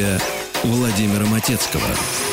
Студия Владимира Матецкого.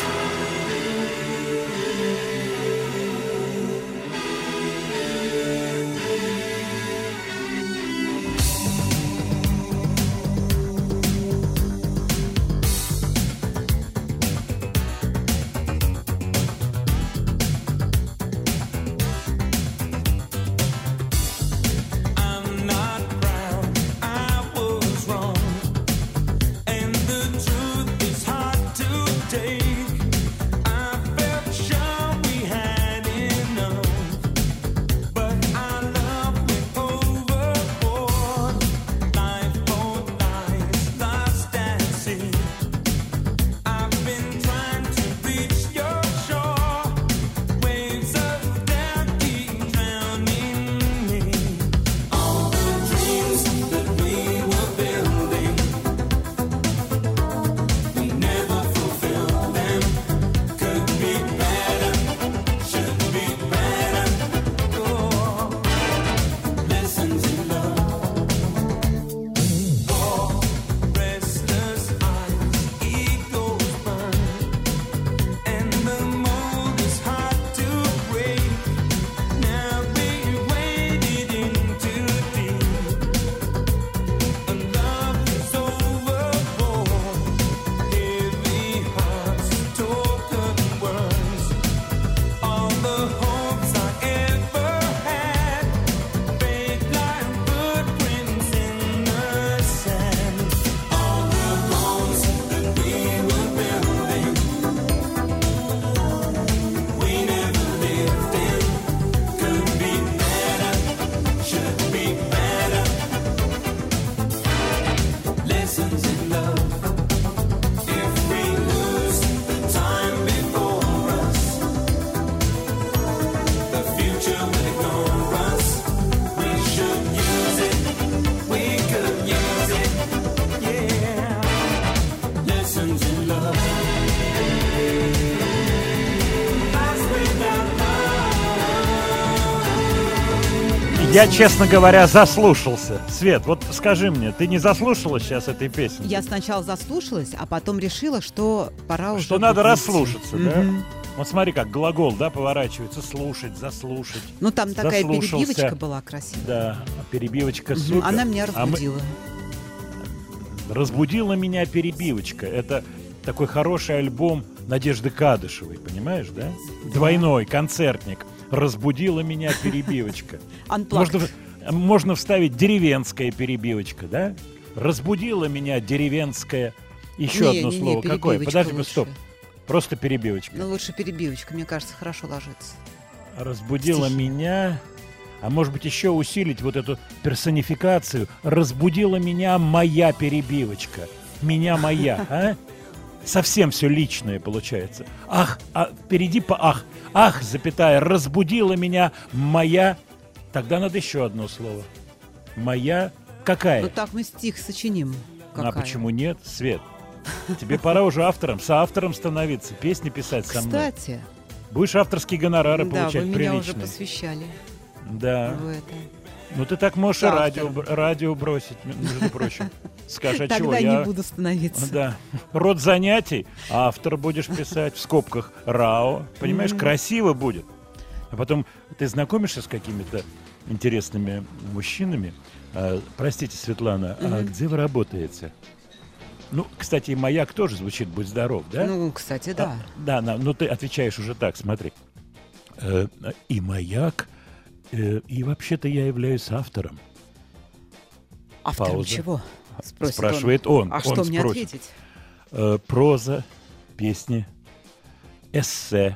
Я, честно говоря, заслушался. Свет, вот скажи мне, ты не заслушалась сейчас этой песни? Я сначала заслушалась, а потом решила, что пора уже... Что надо расслушаться, да? Вот смотри, как глагол, да, поворачивается. Слушать, заслушать. Ну, там такая перебивочка была красивая. Да, перебивочка супер. Она меня разбудила. Разбудила меня перебивочка. Это такой хороший альбом Надежды Кадышевой, понимаешь, да? Двойной концертник. Разбудила меня перебивочка. Можно вставить деревенская перебивочка, да? Разбудила меня деревенская. Еще одно слово. Какое? Подожди, стоп. Просто перебивочка. Ну, лучше перебивочка, мне кажется, хорошо ложится. Разбудила меня. А может быть, еще усилить вот эту персонификацию. Разбудила меня моя перебивочка. Меня моя, а? Совсем все личное получается. Ах, впереди по ах. Ах, запятая, разбудила меня моя... Тогда надо еще одно слово. Моя какая? Ну так мы стих сочиним. Какая? А почему нет, Свет? Тебе пора уже соавтором становиться, песни писать со мной. Кстати. Будешь авторские гонорары получать приличные. Да, вы меня уже посвящали. Да. В это. Ну ты так можешь и радио бросить, между прочим. Скажи, а чего? Тогда не буду становиться. Да. Род занятий, автор будешь писать, в скобках РАО. Понимаешь, красиво будет. А потом ты знакомишься с какими-то интересными мужчинами. Простите, Светлана, а где вы работаете? Ну, кстати, и «Маяк» тоже звучит «Будь здоров», да? Ну, кстати, да. Да, но ты отвечаешь уже так, смотри. И «Маяк», и вообще-то я являюсь автором. Автором Пауза. Чего? Спрашивает он. А что мне ответить? Проза, песни, эссе.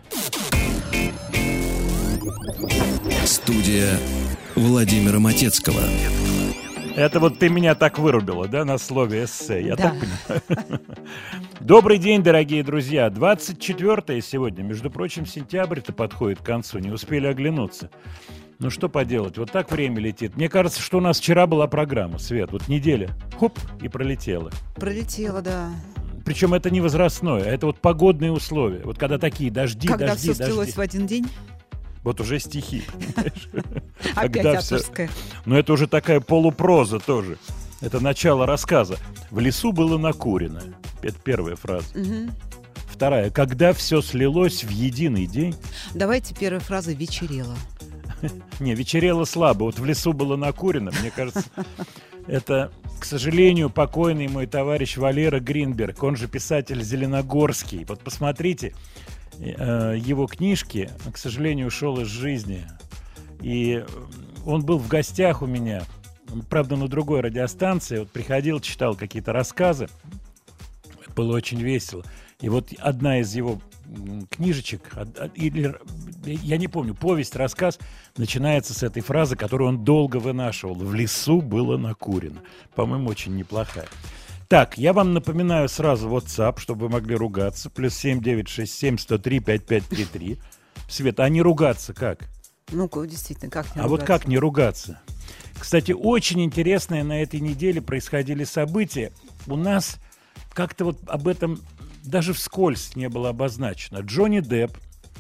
Студия Владимира Матецкого. Это вот ты меня так вырубила, да, на слове эссе, я да. так понимаю. Добрый день, дорогие друзья. 24-е сегодня, между прочим, сентябрь-то подходит к концу, не успели оглянуться. Ну что поделать, вот так время летит. Мне кажется, что у нас вчера была программа, Свет, вот неделя, хоп, и пролетела. Пролетела, да. Причем это не возрастное, это вот погодные условия. Вот когда такие дожди. Когда все слилось в один день? Вот уже стихи. Опять авторская. Но это уже такая полупроза тоже. Это начало рассказа. В лесу было накурено. Это первая фраза. Мгм. Вторая. Когда все слилось в единый день. Давайте первая фраза «вечерело». Не, вечерело слабо. Вот в лесу было накурено. Мне кажется, это, к сожалению, покойный мой товарищ Валера Гринберг. Он же писатель Зеленогорский. Вот посмотрите, его книжки, к сожалению, ушел из жизни. И он был в гостях у меня, правда, на другой радиостанции. Вот приходил, читал какие-то рассказы. Было очень весело. И вот одна из его книжечек, или, я не помню, повесть, рассказ, начинается с этой фразы, которую он долго вынашивал. «В лесу было накурено». По-моему, очень неплохая. Так, я вам напоминаю сразу WhatsApp, чтобы вы могли ругаться. Плюс 7967 103 5533. Света, а не ругаться как? Ну, действительно, как не А вот как не ругаться? Кстати, очень интересные на этой неделе происходили события. У нас как-то вот об этом даже вскользь не было обозначено. Джонни Депп,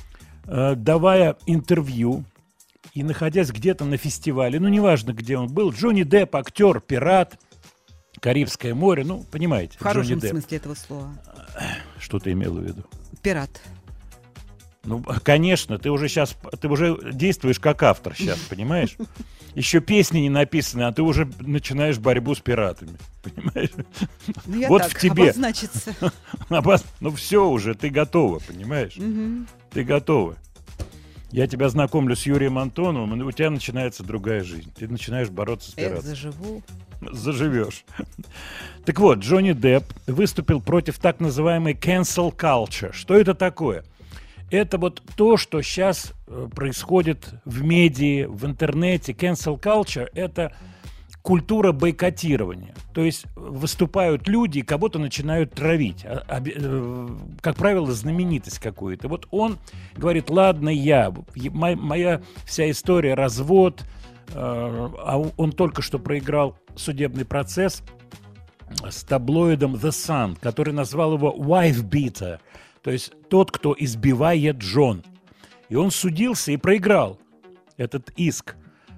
давая интервью и находясь где-то на фестивале, ну, неважно, где он был, Джонни Депп, актер, пират, Карибское море, ну, понимаете. В хорошем Джонни Депп. смысле этого слова. Что ты имела в виду? Пират. Ну, конечно, ты уже действуешь как автор сейчас, понимаешь? Еще песни не написаны, а ты уже начинаешь борьбу с пиратами, понимаешь? Ну, я вот так, в тебе. обозначиться. Ну, все уже, ты готова, понимаешь? Мгм. Ты готова. Я тебя знакомлю с Юрием Антоновым, и у тебя начинается другая жизнь. Ты начинаешь бороться с Эх, пиратами. заживу. Заживешь. Так вот, Джонни Депп выступил против так называемой cancel culture. Что это такое? Это вот то, что сейчас происходит в медиа, в интернете. Cancel culture – это культура бойкотирования. То есть выступают люди и кого-то начинают травить. Как правило, знаменитость какую-то. Вот он говорит: ладно, моя вся история развод, а он только что проиграл судебный процесс с таблоидом The Sun, который назвал его wife beater, то есть тот, кто избивает жен. И он судился и проиграл этот иск.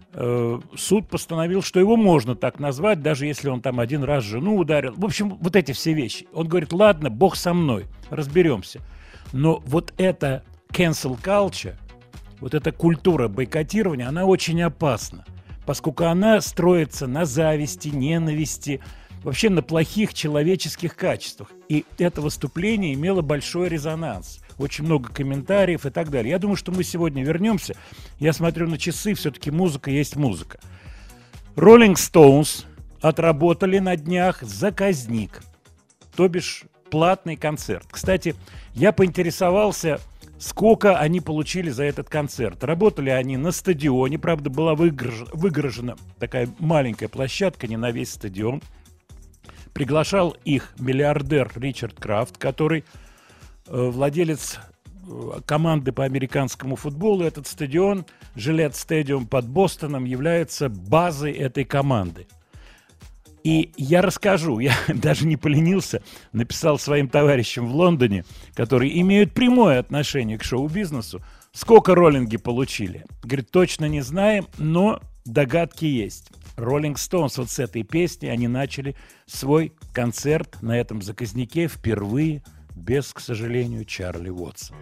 Суд постановил, что его можно так назвать, даже если он там один раз жену ударил. В общем, вот эти все вещи. Он говорит: ладно, Бог со мной, разберемся. Но вот эта cancel culture, вот эта культура бойкотирования, она очень опасна, поскольку она строится на зависти, ненависти, вообще на плохих человеческих качествах. И это выступление имело большой резонанс. Очень много комментариев и так далее. Я думаю, что мы сегодня вернемся. Я смотрю на часы, все-таки музыка есть музыка. Rolling Stones отработали на днях заказник, то бишь платный концерт. Кстати, я поинтересовался, сколько они получили за этот концерт. Работали они на стадионе, правда, была выгорожена такая маленькая площадка, не на весь стадион. Приглашал их миллиардер Ричард Крафт, который владелец команды по американскому футболу. Этот стадион, Gillette Stadium под Бостоном, является базой этой команды. И я расскажу, я даже не поленился, написал своим товарищам в Лондоне, которые имеют прямое отношение к шоу-бизнесу, сколько роллинги получили. Говорит, точно не знаем, но догадки есть. Rolling Stones вот с этой песни они начали свой концерт на этом заказнике впервые без, к сожалению, Чарли Уотса.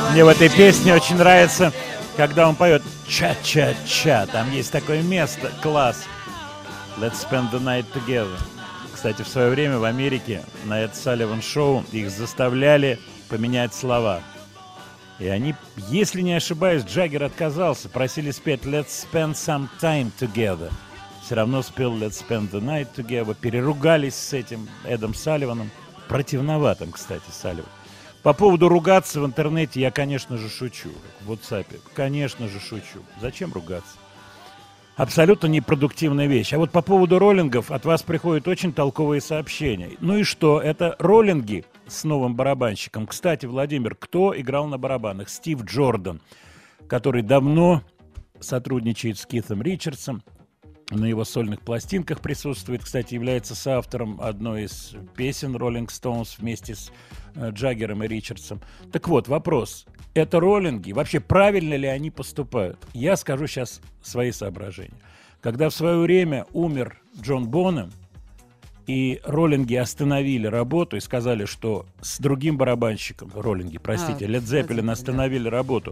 Мне в этой песне очень нравится, когда он поет «Ча-ча-ча». Там есть такое место, класс. Let's spend the night together. Кстати, в свое время в Америке на Эд Салливан шоу их заставляли поменять слова. И они, если не ошибаюсь, Джаггер отказался, просили спеть «Let's spend some time together». Все равно спел «Let's spend the night together». Переругались с этим Эдом Салливаном. Противноватым, кстати, Салливан. По поводу ругаться в интернете я, конечно же, шучу. В WhatsApp. Конечно же, шучу. Зачем ругаться? Абсолютно непродуктивная вещь. А вот по поводу роллингов от вас приходят очень толковые сообщения. Ну и что? Это роллинги с новым барабанщиком. Кстати, Владимир, кто играл на барабанах? Стив Джордан, который давно сотрудничает с Китом Ричардсом. На его сольных пластинках присутствует. Кстати, является соавтором одной из песен Rolling Stones вместе с Джаггером и Ричардсом. Так вот, вопрос. Это роллинги? Вообще, правильно ли они поступают? Я скажу сейчас свои соображения. Когда в свое время умер Джон Бонем, и роллинги остановили работу и сказали, что с другим барабанщиком, Led Zeppelin остановили работу,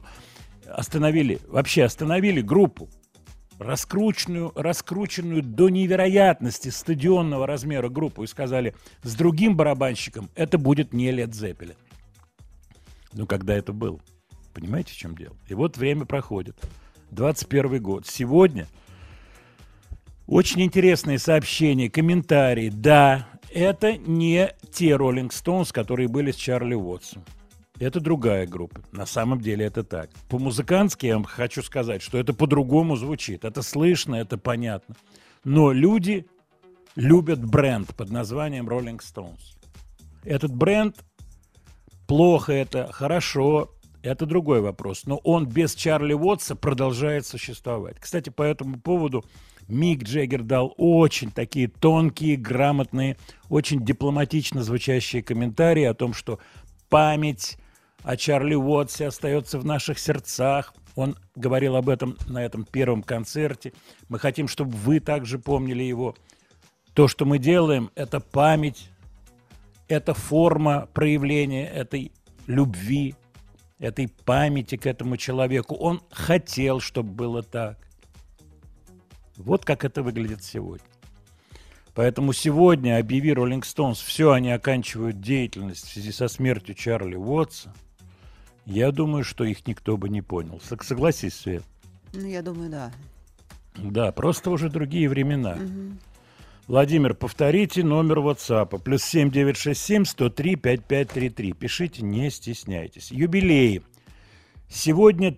остановили группу, раскрученную до невероятности стадионного размера группу, и сказали, с другим барабанщиком это будет не Led Zeppelin. Ну, когда это было? Понимаете, в чем дело? И вот время проходит. 21 год. Сегодня очень интересные сообщения, комментарии. Да, это не те Rolling Stones, которые были с Чарли Уотсом. Это другая группа. На самом деле это так. По-музыкантски я вам хочу сказать, что это по-другому звучит. Это слышно, это понятно. Но люди любят бренд под названием Rolling Stones. Этот бренд, плохо это, хорошо, это другой вопрос. Но он без Чарли Уотса продолжает существовать. Кстати, по этому поводу Мик Джаггер дал очень такие тонкие, грамотные, очень дипломатично звучащие комментарии о том, что память о Чарли Уотсе остается в наших сердцах. Он говорил об этом на этом первом концерте. Мы хотим, чтобы вы также помнили его. То, что мы делаем, это память, это форма проявления этой любви, этой памяти к этому человеку. Он хотел, чтобы было так. Вот как это выглядит сегодня. Поэтому сегодня, объяви Rolling Stones, все, они оканчивают деятельность в связи со смертью Чарли Уотса. Я думаю, что их никто бы не понял. Согласись, Свет? Ну, я думаю, да. Да, просто уже другие времена. Угу. Владимир, повторите номер WhatsApp. +7 967 103 5533. Пишите, не стесняйтесь. Юбилеи. Сегодня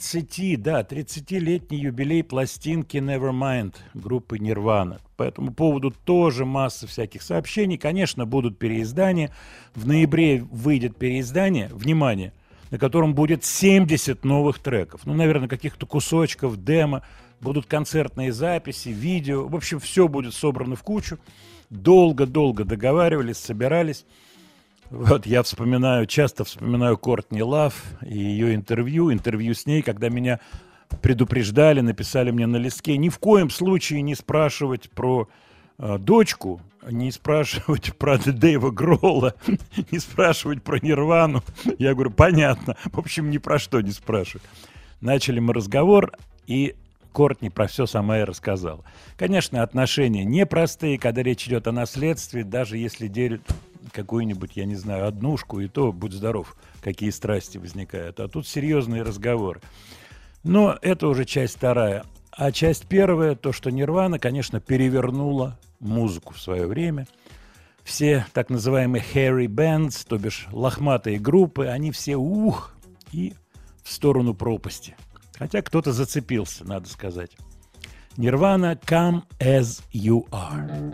30-летний юбилей пластинки Nevermind группы Nirvana. По этому поводу тоже масса всяких сообщений. Конечно, будут переиздания. В ноябре выйдет переиздание, внимание, на котором будет 70 новых треков. Ну, наверное, каких-то кусочков, демо. Будут концертные записи, видео. В общем, все будет собрано в кучу. Долго-долго договаривались, собирались. Вот я часто вспоминаю Кортни Лав и ее интервью с ней, когда меня предупреждали, написали мне на листке, ни в коем случае не спрашивать про дочку, не спрашивать про Дэйва Гролла, не спрашивать про Нирвану. Я говорю, понятно, в общем, ни про что не спрашивать. Начали мы разговор, и Кортни про все сама и рассказала. Конечно, отношения непростые, когда речь идет о наследстве, даже если делят какую-нибудь, я не знаю, однушку, и то, будь здоров, какие страсти возникают. А тут серьезные разговоры. Но это уже часть вторая. А часть первая, то, что Нирвана, конечно, перевернула музыку в свое время. Все так называемые hairy bands, то бишь лохматые группы, они все и в сторону пропасти. Хотя кто-то зацепился, надо сказать. Nirvana, Come As You Are.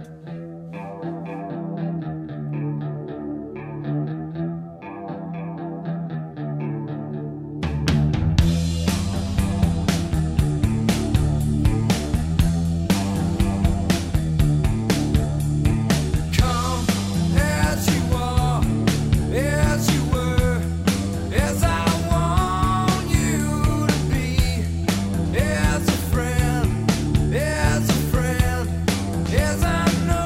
Yes, I know.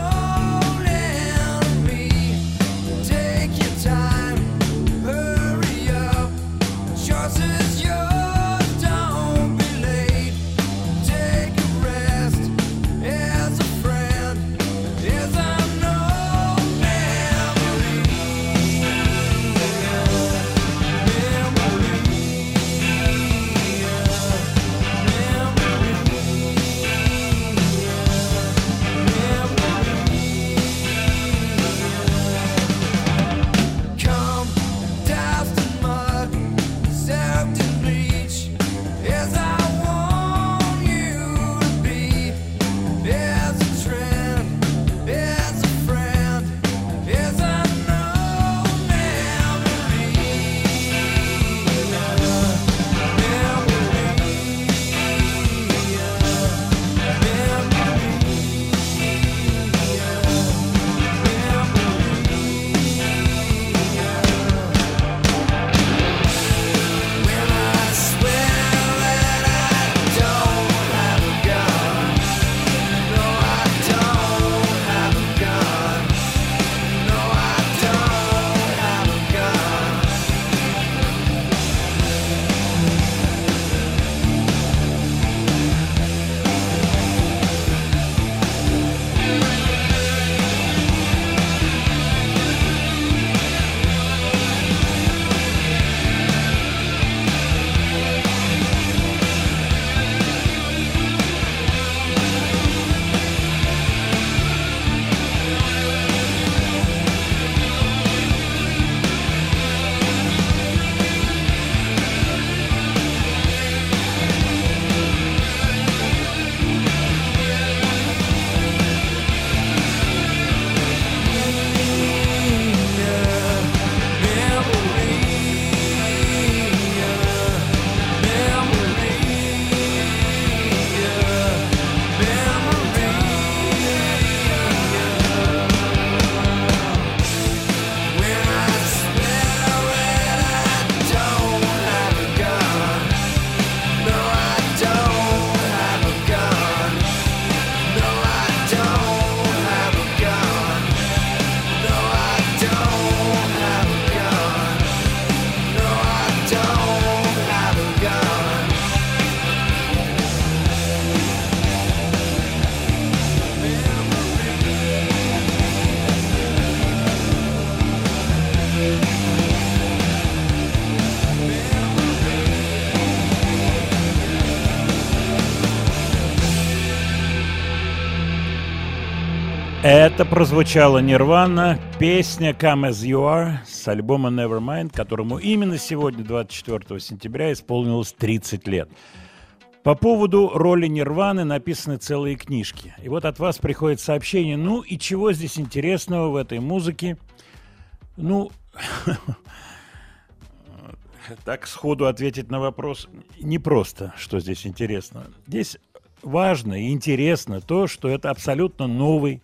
Это прозвучала Нирвана, песня Come As You Are с альбома Nevermind, которому именно сегодня, 24 сентября, исполнилось 30 лет. По поводу роли Нирваны написаны целые книжки. И вот от вас приходит сообщение, ну и чего здесь интересного в этой музыке? Ну, так сходу ответить на вопрос непросто, что здесь интересно. Здесь важно и интересно то, что это абсолютно новый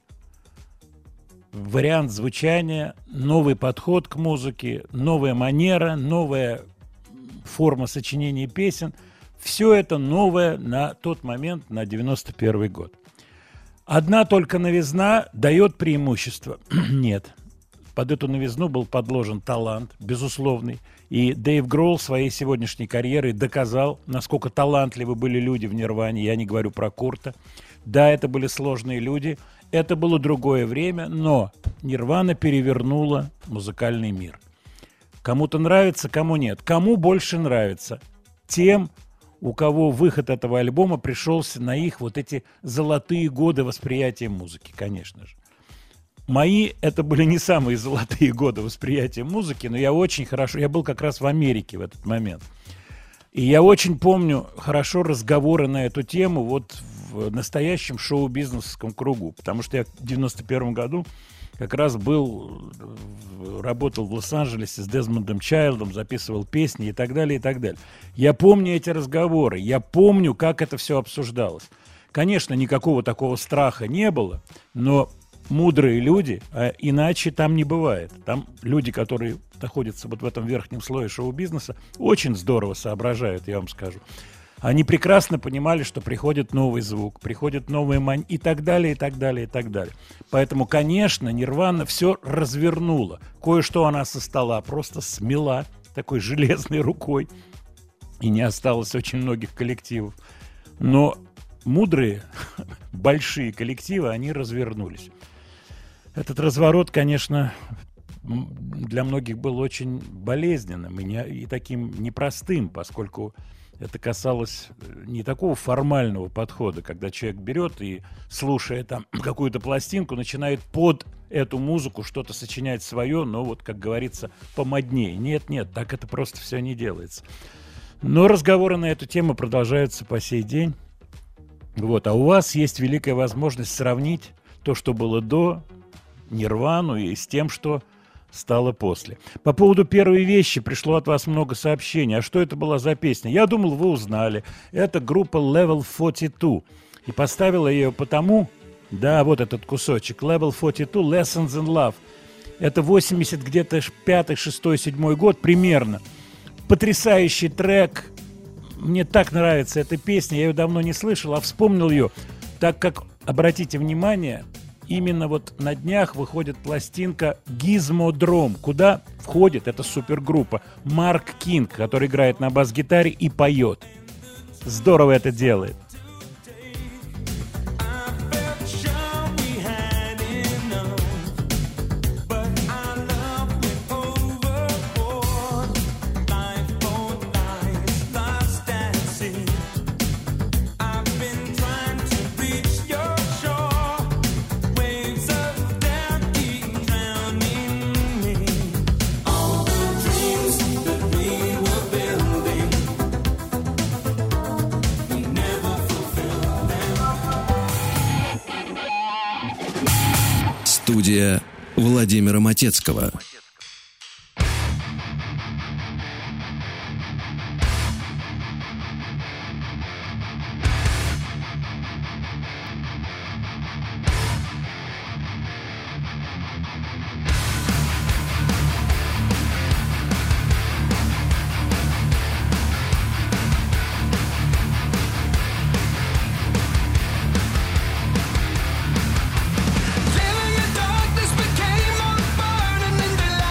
вариант звучания, новый подход к музыке, новая манера, новая форма сочинения песен. Все это новое на тот момент, на 91 год. Одна только новизна дает преимущество. Нет. Под эту новизну был подложен талант, безусловный. И Дэйв Гроул своей сегодняшней карьерой доказал, насколько талантливы были люди в Нирване. Я не говорю про Курта. Да, это были сложные люди. Это было другое время, но Нирвана перевернула музыкальный мир. Кому-то нравится, кому нет. Кому больше нравится? Тем, у кого выход этого альбома пришелся на их вот эти золотые годы восприятия музыки, конечно же. Мои это были не самые золотые годы восприятия музыки, но я очень хорошо, я был как раз в Америке в этот момент. И я очень помню хорошо разговоры на эту тему вот в настоящем шоу-бизнесовском кругу, потому что я в 91 году как раз работал в Лос-Анджелесе с Дезмондом Чайлдом, записывал песни и так далее, и так далее. Я помню эти разговоры, я помню, как это все обсуждалось. Конечно, никакого такого страха не было, но мудрые люди, а иначе там не бывает. Там люди, которые находятся вот в этом верхнем слое шоу-бизнеса, очень здорово соображают, я вам скажу. Они прекрасно понимали, что приходит новый звук, приходит новая и так далее, и так далее, и так далее. Поэтому, конечно, Нирвана все развернула. Кое-что она со стола просто смела такой железной рукой. И не осталось очень многих коллективов. Но мудрые, большие коллективы, они развернулись. Этот разворот, конечно, для многих был очень болезненным и таким непростым, поскольку это касалось не такого формального подхода, когда человек берет и, слушая там какую-то пластинку, начинает под эту музыку что-то сочинять свое, но вот, как говорится, помоднее. Нет, так это просто все не делается. Но разговоры на эту тему продолжаются по сей день. Вот, а у вас есть великая возможность сравнить то, что было до Нирвану, и с тем, что стало после. По поводу первой вещи пришло от вас много сообщений. А что это была за песня? Я думал, вы узнали. Это группа Level 42. И поставила я ее потому... Да, вот этот кусочек. Level 42, Lessons in Love. Это 80 где-то 5, 6, 7 год примерно. Потрясающий трек. Мне так нравится эта песня. Я ее давно не слышал, а вспомнил ее, так как, обратите внимание, именно вот на днях выходит пластинка «Гизмодром», куда входит эта супергруппа Марк Кинг, который играет на бас-гитаре и поет. Здорово это делает. Студия Владимира Матецкого. Living in darkness became more burning than daylight.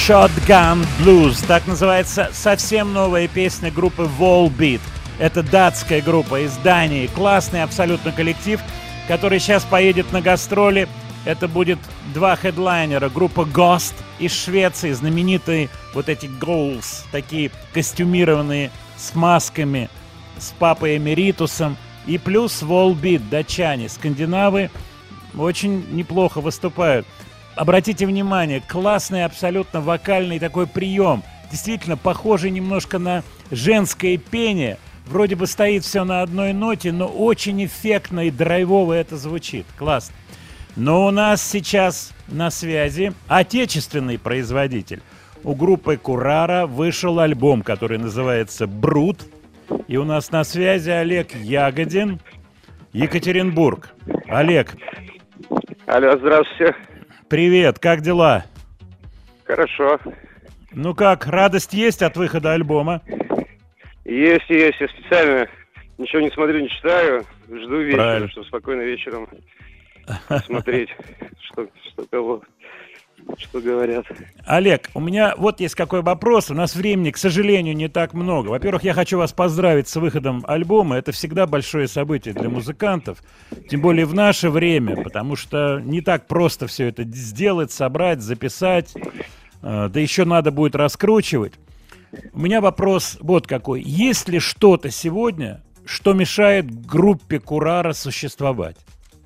Shotgun Blues. Так называется совсем новая песня группы Volbeat. Это датская группа из Дании. Классный абсолютно коллектив, который сейчас поедет на гастроли. Это будет два хедлайнера. Группа Ghost из Швеции. Знаменитые вот эти Goals. Такие костюмированные с масками. С папой Эмеритусом. И плюс Volbeat, датчане, скандинавы. Очень неплохо выступают. Обратите внимание, классный абсолютно вокальный такой прием. Действительно похожий немножко на женское пение. Вроде бы стоит все на одной ноте, но очень эффектно и драйвово это звучит. Классно. Но у нас сейчас на связи отечественный производитель. У группы Курара вышел альбом, который называется «Брут». И у нас на связи Олег Ягодин, Екатеринбург. Олег. Алло, здравствуйте. Привет, как дела? Хорошо. Ну как, радость есть от выхода альбома? Есть. Я специально ничего не смотрю, не читаю. Жду вечера, Правильно. чтобы спокойно вечером смотреть, что кого, что говорят. Олег, у меня вот есть какой вопрос. У нас времени, к сожалению, не так много. Во-первых, я хочу вас поздравить с выходом альбома. Это всегда большое событие для музыкантов. Тем более в наше время, потому что не так просто все это сделать, собрать, записать. Да еще надо будет раскручивать. У меня вопрос вот какой. Есть ли что-то сегодня, что мешает группе Курара существовать?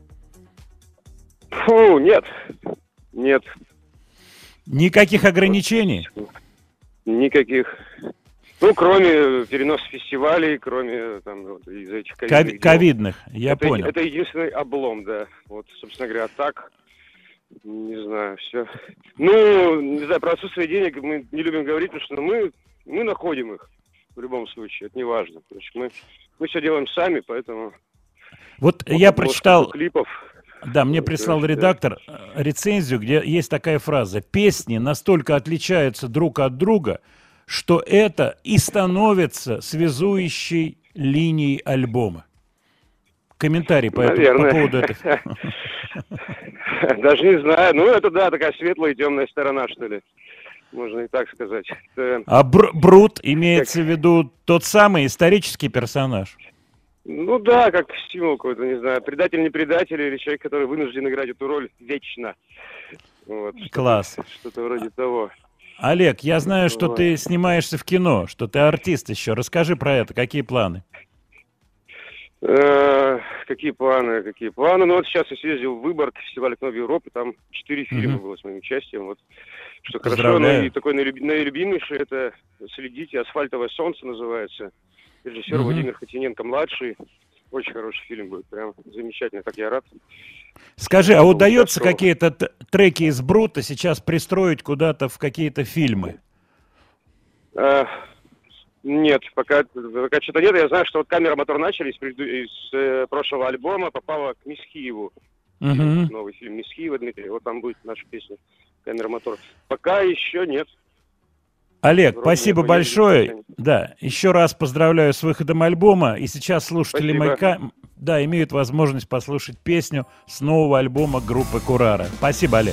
Фу, нет. Никаких ограничений? Никаких. Ну, кроме переноса фестивалей, кроме там, вот, из этих ковидных дел. Ковидных, я понял. Это единственный облом, да. Вот, собственно говоря, так, не знаю, все. Ну, не знаю, про отсутствие денег мы не любим говорить, потому что мы находим их в любом случае, это не важно. Мы все делаем сами, поэтому... Вот я прочитал... Клипов. Да, мне прислал редактор рецензию, где есть такая фраза. Песни настолько отличаются друг от друга, что это и становится связующей линией альбома. Комментарий по поводу этого. Даже не знаю. Ну, это, да, такая светлая и темная сторона, что ли. Можно и так сказать. А Брут имеется в виду тот самый исторический персонаж? Ну да, как стимул какой-то, не знаю, предатель, не предатель, или человек, который вынужден играть эту роль вечно. Вот, Класс. Что-то вроде того. Олег, я знаю, что ты снимаешься в кино, что ты артист еще. Расскажи про это, какие планы? Какие планы? Ну вот сейчас я съездил в Выборг, фестиваль «Окно в Европу», там 4 фильма было с моим участием. Вот. Что хорошо, ну и такой наилюбимейший, это «Следите», «Асфальтовое солнце» называется. Режиссер Владимир Хотиненко-младший. Очень хороший фильм будет, прям замечательно, как я рад. Скажи, а удается какие-то треки из Брута сейчас пристроить куда-то в какие-то фильмы? Нет, пока что-то нет. Я знаю, что вот «Камера, мотор» начали из прошлого альбома, попала к Мисхиеву. Новый фильм Мисхиева, Дмитрий. Вот там будет наша песня «Камера, мотор». Пока еще нет. Олег, спасибо большое. Да, еще раз поздравляю с выходом альбома. И сейчас слушатели «Маяка» имеют возможность послушать песню с нового альбома группы Курара. Спасибо, Олег.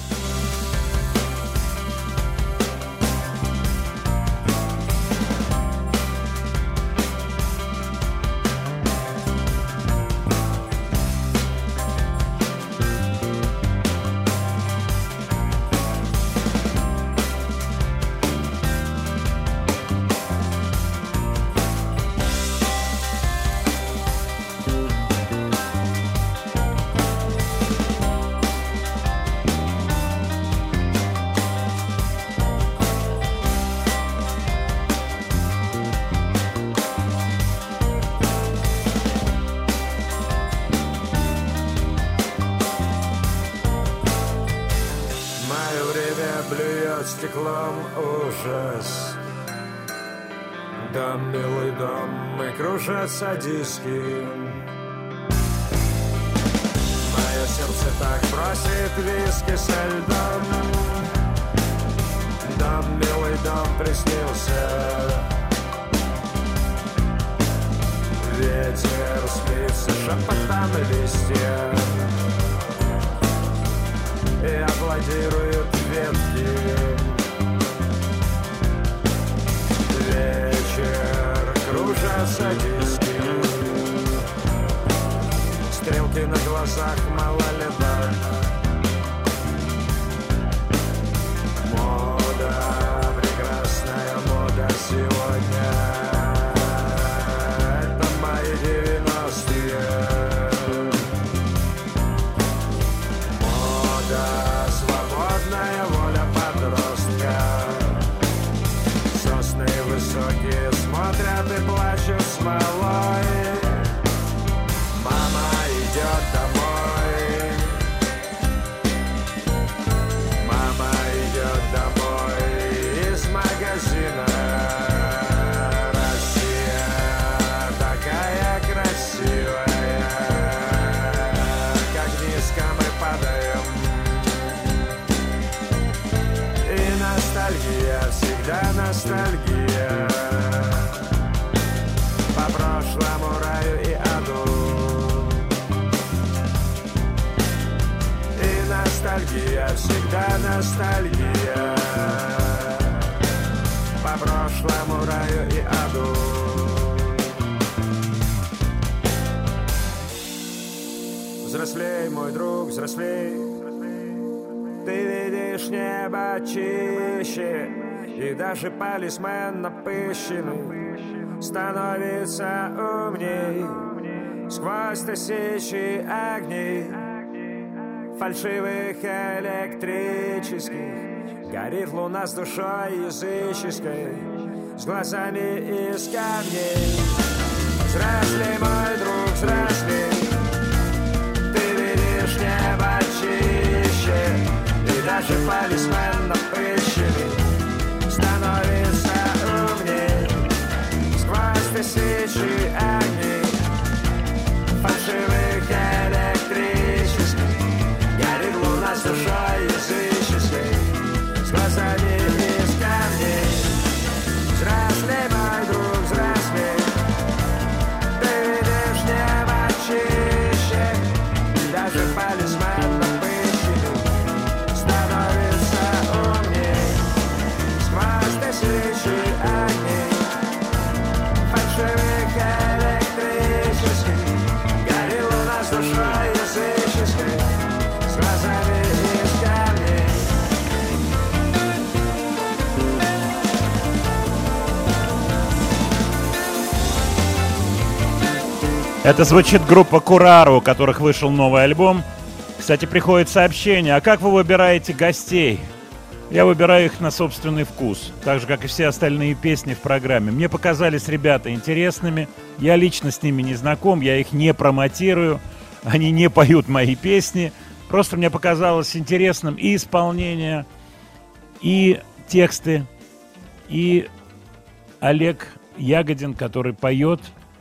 Стеклом ужас. Дом, милый дом, и кружатся диски. Мое сердце так просит виски со льдом. Дом, милый дом, приснился. Ветер спится шепотом листья и аплодируют ветки. крутятся диски, стрелки на глазах, мало лета. Мода, прекрасная мода сегодня. Это мои 90-е. Мода, свободная воля подростка. Сосны высокие смотрят и плачут смолой. Мама идет домой. Мама идет домой из магазина. Россия такая красивая, как низко мы падаем. И ностальгия, всегда ностальгия по прошлому раю и аду. И ностальгия, всегда ностальгия по прошлому раю и аду. Взрослей, мой друг, взрослей. Ты видишь небо чище, и даже полисмен напыщенный становится умней. Сквозь тысячи огней фальшивых электрических горит луна с душой языческой, с глазами из камней. Взрослей, мой друг, взрослей. Ты видишь небо чище, и даже полисмен напыщенный становится умней. Сквозь тысячи огней фальшивых электрических горит луна с душой языческой, с глазами из камней. Взрослей, мой друг, взрослей. Ты видишь небо чище, и даже полисмен напыщенный становится умней. Сквозь тысячи огней фальшивых электрических горит луна с душой языческой, с глазами из камней. Это звучит группа Курару, у которых вышел новый альбом. Кстати, приходит сообщение: а как вы выбираете гостей? Я выбираю их на собственный вкус, так же, как и все остальные песни в программе. Мне показались ребята интересными, я лично с ними не знаком, я их не промотирую, они не поют мои песни. Просто мне показалось интересным и исполнение, и тексты, и Олег Ягодин, который поет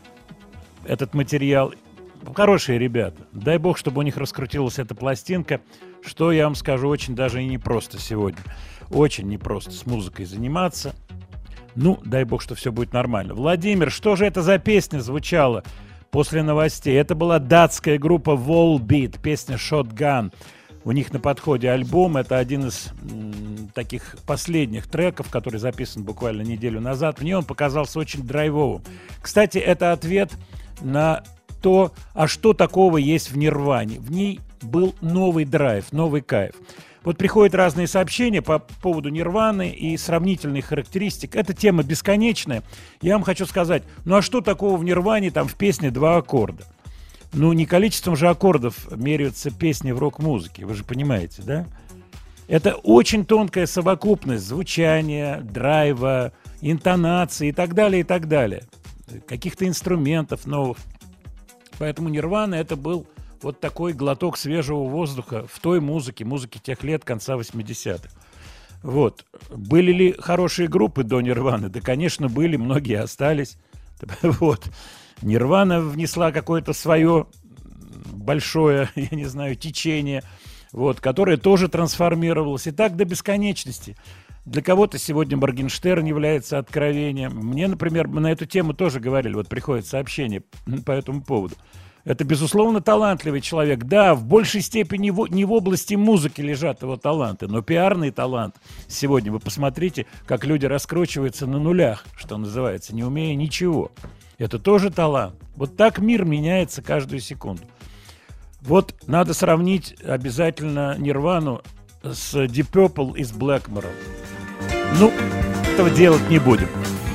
этот материал. Хорошие ребята. Дай бог, чтобы у них раскрутилась эта пластинка, что, я вам скажу, очень даже и непросто сегодня. Очень непросто с музыкой заниматься. Ну, дай бог, что все будет нормально. Владимир, что же это за песня звучала после новостей? Это была датская группа Volbeat, песня Shotgun. У них на подходе альбом. Это один из таких последних треков, который записан буквально неделю назад. Мне он показался очень драйвовым. Кстати, это ответ на то, а что такого есть в Нирване. В ней был новый драйв, новый кайф. Вот приходят разные сообщения по поводу Нирваны и сравнительных характеристик. Эта тема бесконечная. Я вам хочу сказать, ну а что такого в Нирване, там в песне 2 аккорда? Ну, не количеством же аккордов меряются песни в рок-музыке, вы же понимаете, да? Это очень тонкая совокупность звучания, драйва, интонации и так далее, и так далее. Каких-то инструментов новых. Поэтому Нирвана — это был вот такой глоток свежего воздуха в той музыке тех лет, конца 80-х. Вот. Были ли хорошие группы до Нирваны? Да, конечно, были, многие остались. Вот. Нирвана внесла какое-то свое большое, я не знаю, течение, вот, которое тоже трансформировалось. И так до бесконечности. Для кого-то сегодня Моргенштерн является откровением. Мне, например, мы на эту тему тоже говорили, вот приходит сообщение по этому поводу. Это, безусловно, талантливый человек. Да, в большей степени не в области музыки лежат его таланты, но пиарный талант сегодня, вы посмотрите, как люди раскручиваются на нулях, что называется, не умея ничего. Это тоже талант. Вот так мир меняется каждую секунду. Вот надо сравнить обязательно Нирвану с Deep Purple и с Блэкмором. Ну, этого делать не будем.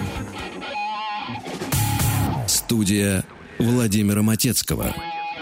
Студия Владимира Матецкого.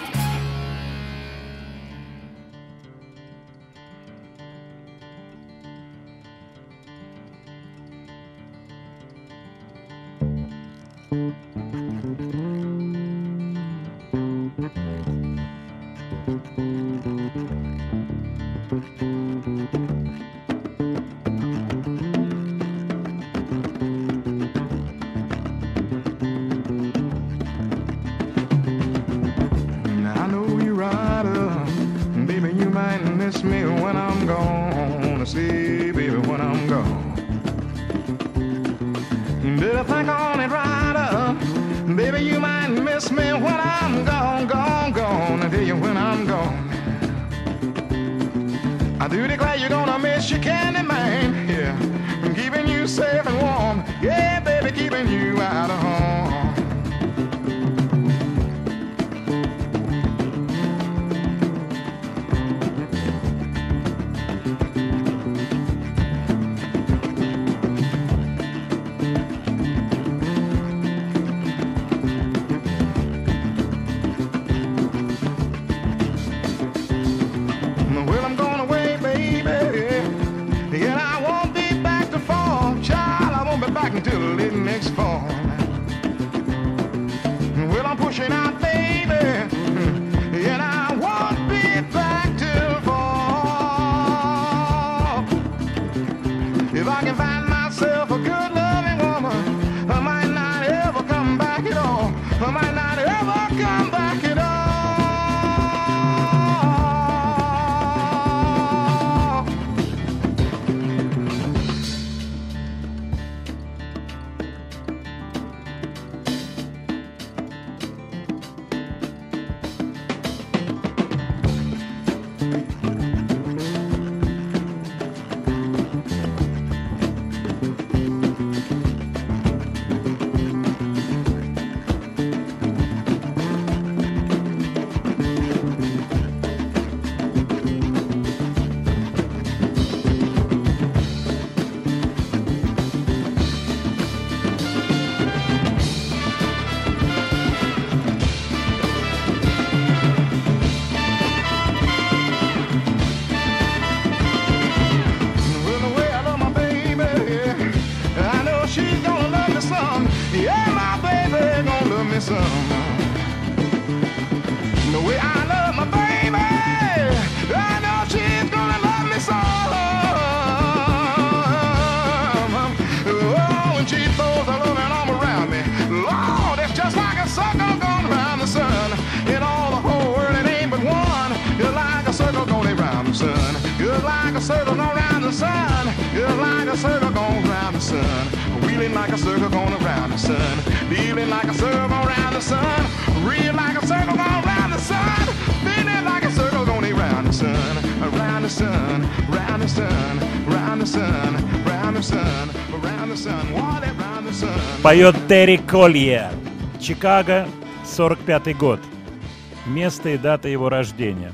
Поет Терри Коллье. Чикаго, 45-й год. Место и дата его рождения.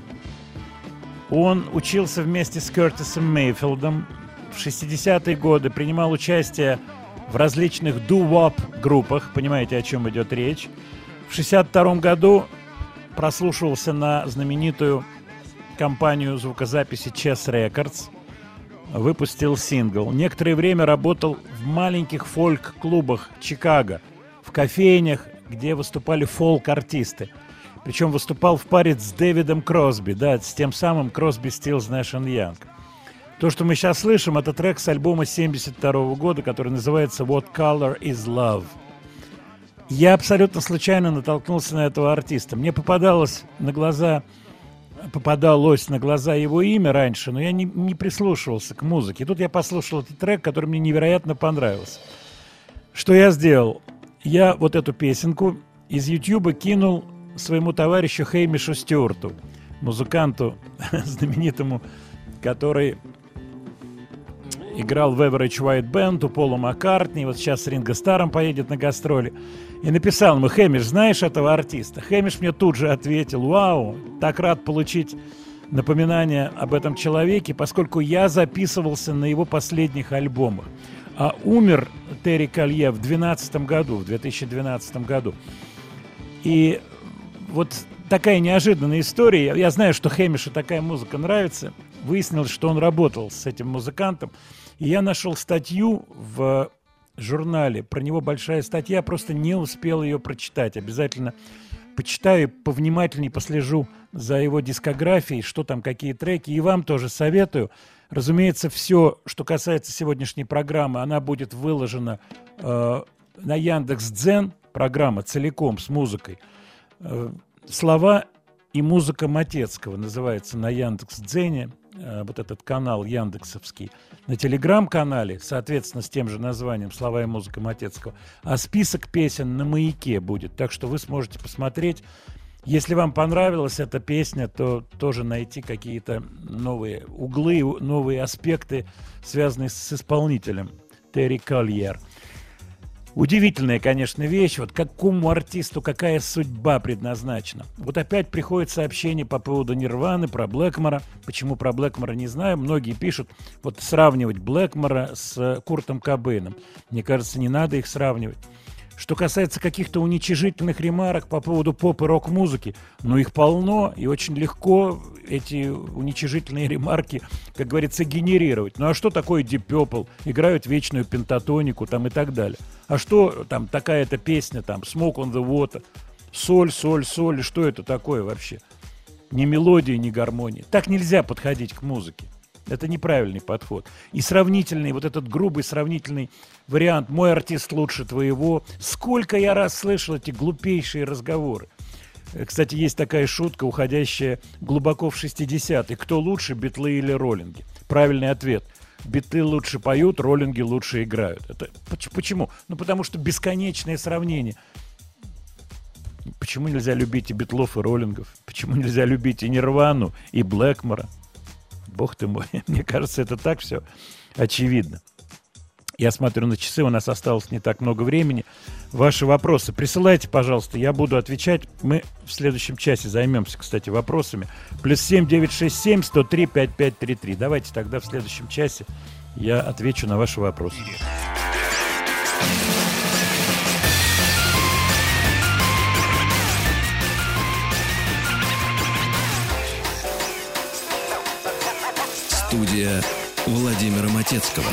Он учился вместе с Кертисом Мейфилдом. В 60-е годы принимал участие в различных дoo-wop группах. Понимаете, о чем идет речь. В 62 году прослушивался на знаменитую компанию звукозаписи Chess Records. Выпустил сингл. Некоторое время работал в маленьких фольк-клубах Чикаго, в кофейнях, где выступали фолк-артисты. Причем выступал в паре с Дэвидом Кросби, да, с тем самым Кросби, Стиллс, Нэш и Янг. То, что мы сейчас слышим, это трек с альбома 72 года, который называется «What Color is Love». Я абсолютно случайно натолкнулся на этого артиста. Мне попадалось на глаза его имя раньше, но я не прислушивался к музыке. И тут я послушал этот трек, который мне невероятно понравился. Что я сделал? Я вот эту песенку из Ютьюба кинул своему товарищу Хэмишу Стюарту, музыканту знаменитому, который играл в Average White Band у Пола Маккартни, вот сейчас с Ринго Старром поедет на гастроли. И написал ему: Хэмиш, знаешь этого артиста? Хэмиш мне тут же ответил: вау, так рад получить напоминание об этом человеке, поскольку я записывался на его последних альбомах. А умер Терри Колье в 2012 году. И вот такая неожиданная история. Я знаю, что Хэмишу такая музыка нравится. Выяснилось, что он работал с этим музыкантом. И я нашел статью в журнале. Про него большая статья, просто не успел ее прочитать. Обязательно почитаю, повнимательнее послежу за его дискографией, что там, какие треки. И вам тоже советую. Разумеется, все, что касается сегодняшней программы, она будет выложена на Яндекс.Дзен. Программа целиком с музыкой. «Слова и музыка Матецкого» называется на Яндекс.Дзене. Вот этот канал яндексовский. На телеграм-канале, соответственно, с тем же названием «Слова и музыка Матецкого». А список песен на «Маяке» будет. Так что вы сможете посмотреть. Если вам понравилась эта песня, то тоже найти какие-то новые углы, новые аспекты, связанные с исполнителем Терри Кольер. Удивительная, конечно, вещь. Вот какому артисту какая судьба предназначена. Вот опять приходит сообщение по поводу Нирваны, про Блэкмора. Почему про Блэкмора, не знаю. Многие пишут, вот сравнивать Блэкмора с Куртом Кобейном. Мне кажется, не надо их сравнивать. Что касается каких-то уничижительных ремарок по поводу поп- и рок-музыки, ну, их полно, и очень легко эти уничижительные ремарки, как говорится, генерировать. Ну, а что такое Deep Purple? Играют вечную пентатонику там и так далее. А что там такая-то песня, там, Smoke on the Water, соль, соль, соль, что это такое вообще? Ни мелодии, ни гармонии. Так нельзя подходить к музыке. Это неправильный подход. И сравнительный, вот этот грубый сравнительный вариант «мой артист лучше твоего». Сколько я раз слышал эти глупейшие разговоры. Кстати, есть такая шутка, уходящая глубоко в 60-е. Кто лучше, Битлы или Роллинги? Правильный ответ. Битлы лучше поют, Роллинги лучше играют. Это почему? Ну, потому что бесконечное сравнение. Почему нельзя любить и Битлов, и Роллингов? Почему нельзя любить и Нирвану, и Блэкмора? Бог ты мой, мне кажется, это так все очевидно. Я смотрю на часы, у нас осталось не так много времени. Ваши вопросы присылайте, пожалуйста, я буду отвечать. Мы в следующем часе займемся, кстати, вопросами. +7 967 103 5533. Давайте тогда в следующем часе я отвечу на ваши вопросы. Студия Владимира Матецкого.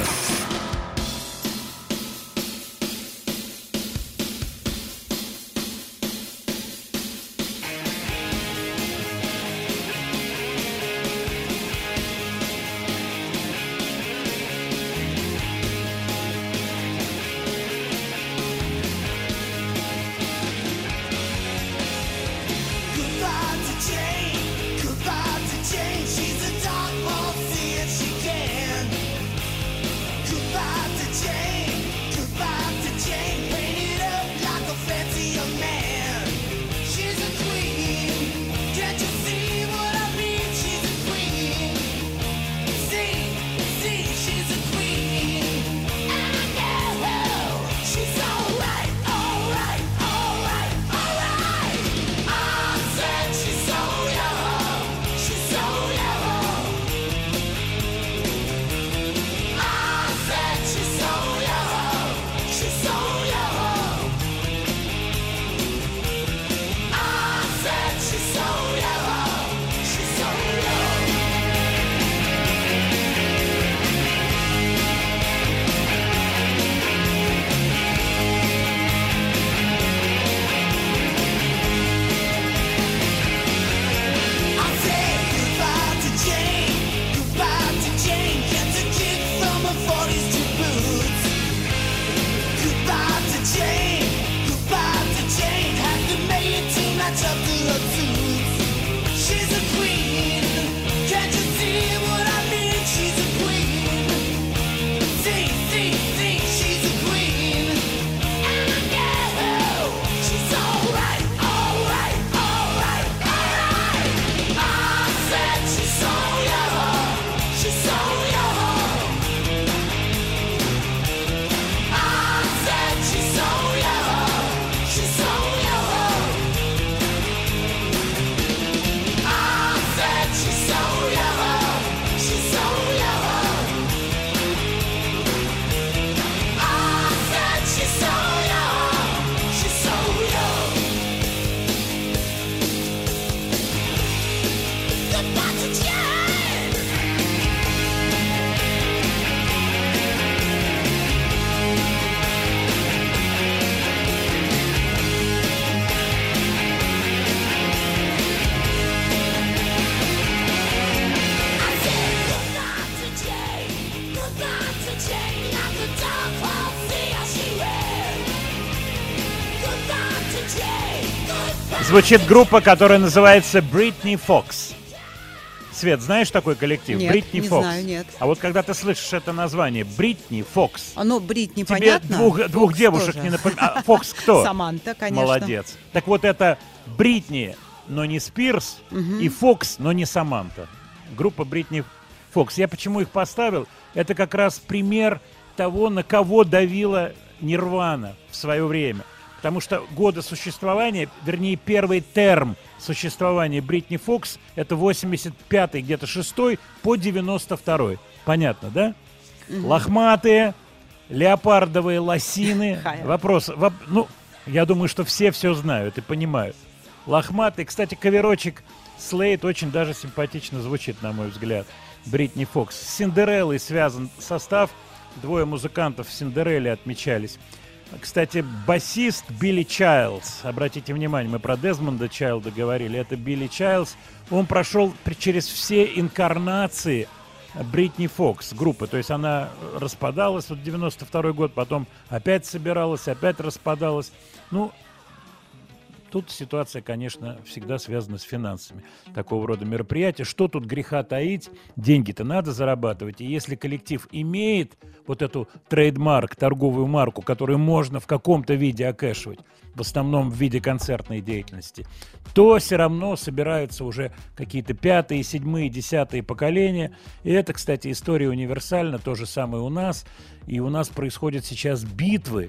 She's a dark ball, see if she can. Звучит группа, которая называется Бритни Фокс. Свет, знаешь такой коллектив? Нет, Бритни не Фокс. знаю, нет. А вот когда ты слышишь это название, Бритни Фокс. Ну, Бритни, тебе понятно. двух девушек тоже. не напоминает. А Фокс кто? Саманта, конечно. Молодец. Так вот это Бритни, но не Спирс, и Фокс, но не Саманта. Группа Бритни Фокс. Я почему их поставил? Это как раз пример того, на кого давила Нирвана в свое время. Потому что годы существования, вернее, первый терм существования Бритни Фокс, это 85-й, где-то 6-й по 92-й. Понятно, да? Лохматые, леопардовые лосины. Вопрос, я думаю, что все знают и понимают. Лохматый, кстати, каверочек Слейд очень даже симпатично звучит, на мой взгляд. Бритни Фокс. С Синдереллой связан состав. 2 музыкантов в Синдерелле отмечались. Кстати, басист Билли Чайлдс. Обратите внимание, мы про Дезмонда Чайлда говорили. Это Билли Чайлдс. Он прошел через все инкарнации Бритни Фокс группы. То есть она распадалась в 92-й год, потом опять собиралась, опять распадалась. Тут ситуация, конечно, всегда связана с финансами такого рода мероприятия. Что тут греха таить? Деньги-то надо зарабатывать. И если коллектив имеет вот эту трейдмарк, торговую марку, которую можно в каком-то виде окэшивать, в основном в виде концертной деятельности, то все равно собираются уже какие-то 5-е, 7-е, 10-е поколения. И это, кстати, история универсальна, то же самое у нас. И у нас происходят сейчас битвы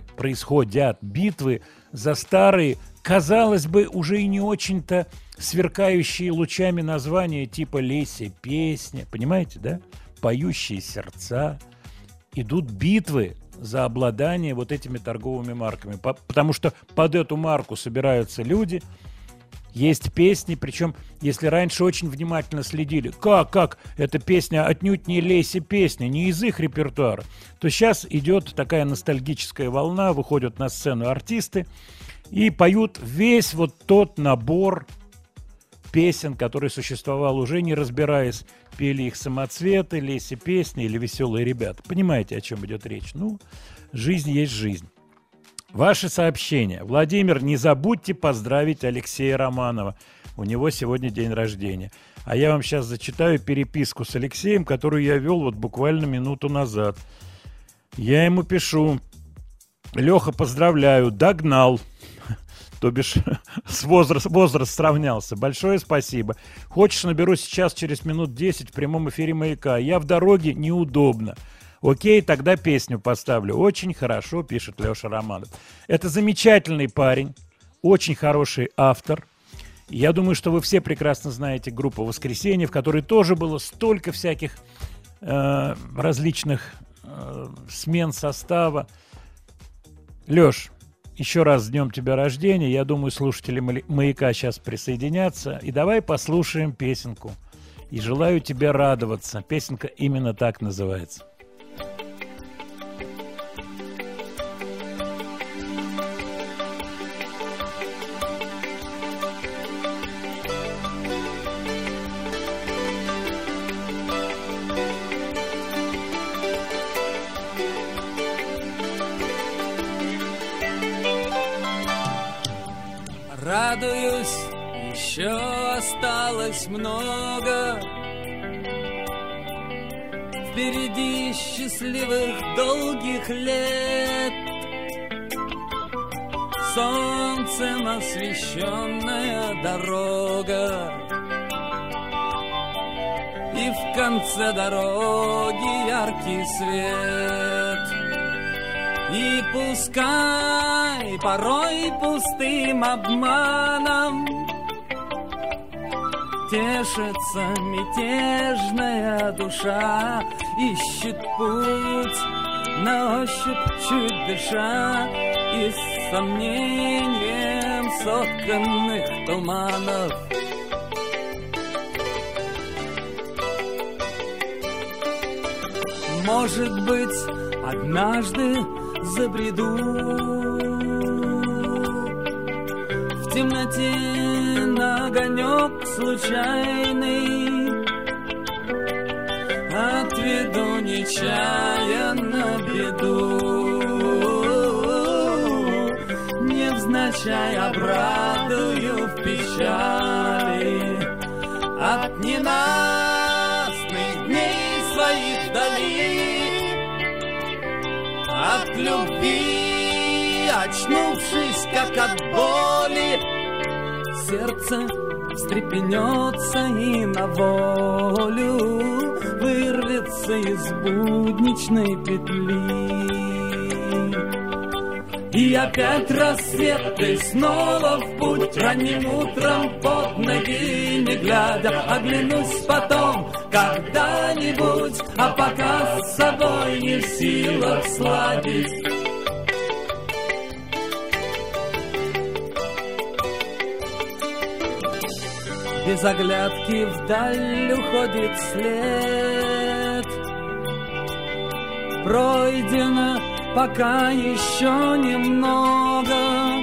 за старые, казалось бы, уже и не очень-то сверкающие лучами названия типа «Лейся песня». Понимаете, да? «Поющие сердца». Идут битвы за обладание вот этими торговыми марками. Потому что под эту марку собираются люди. Есть песни, причем, если раньше очень внимательно следили, как эта песня отнюдь не «Лейся песня», не из их репертуара, то сейчас идет такая ностальгическая волна, выходят на сцену артисты и поют весь вот тот набор песен, который существовал уже, не разбираясь, пели их самоцветы, «Лейся песни» или «Веселые ребята». Понимаете, о чем идет речь? Жизнь есть жизнь. Ваши сообщения. Владимир, не забудьте поздравить Алексея Романова. У него сегодня день рождения. А я вам сейчас зачитаю переписку с Алексеем, которую я вел вот буквально минуту назад. Я ему пишу: Леха, поздравляю, догнал. То бишь возраст сравнялся. Большое спасибо. Хочешь, наберу сейчас через минут 10 в прямом эфире «Маяка». Я в дороге, неудобно. Окей, тогда песню поставлю. Очень хорошо, пишет Леша Романов. Это замечательный парень, очень хороший автор. Я думаю, что вы все прекрасно знаете группу «Воскресенье», в которой тоже было столько всяких различных смен состава. Леш, еще раз с днем тебя рождения. Я думаю, слушатели «Маяка» сейчас присоединятся. И давай послушаем песенку. И желаю тебе радоваться. Песенка именно так называется. Радуюсь, еще осталось много. Впереди счастливых долгих лет. Солнцем освещенная дорога. И в конце дороги яркий свет. И пускай порой пустым обманом тешится мятежная душа, ищет путь на ощупь чуть дыша из сомнением сотканных туманов. Может быть, однажды забреду в темноте на огонек случайный, отведу нечаянно беду, невзначай обрадую в печали от ненастных дней своих вдали, от любви, очнувшись, как от боли, сердце встрепенется и на волю вырвется из будничной петли. И опять рассвет, и снова в путь, ранним утром под ноги не глядя, оглянусь потом когда-нибудь, а пока с собой не в силах сладить. Без оглядки вдаль уходит след, пройдено пока еще немного,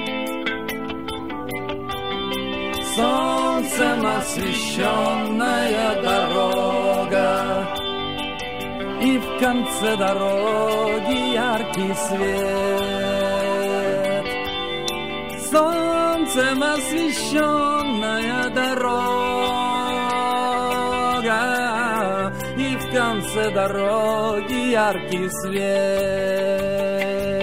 солнцем освещенная дорога, и в конце дороги яркий свет. Солнцем освещенная дорога, и в конце дороги яркий свет.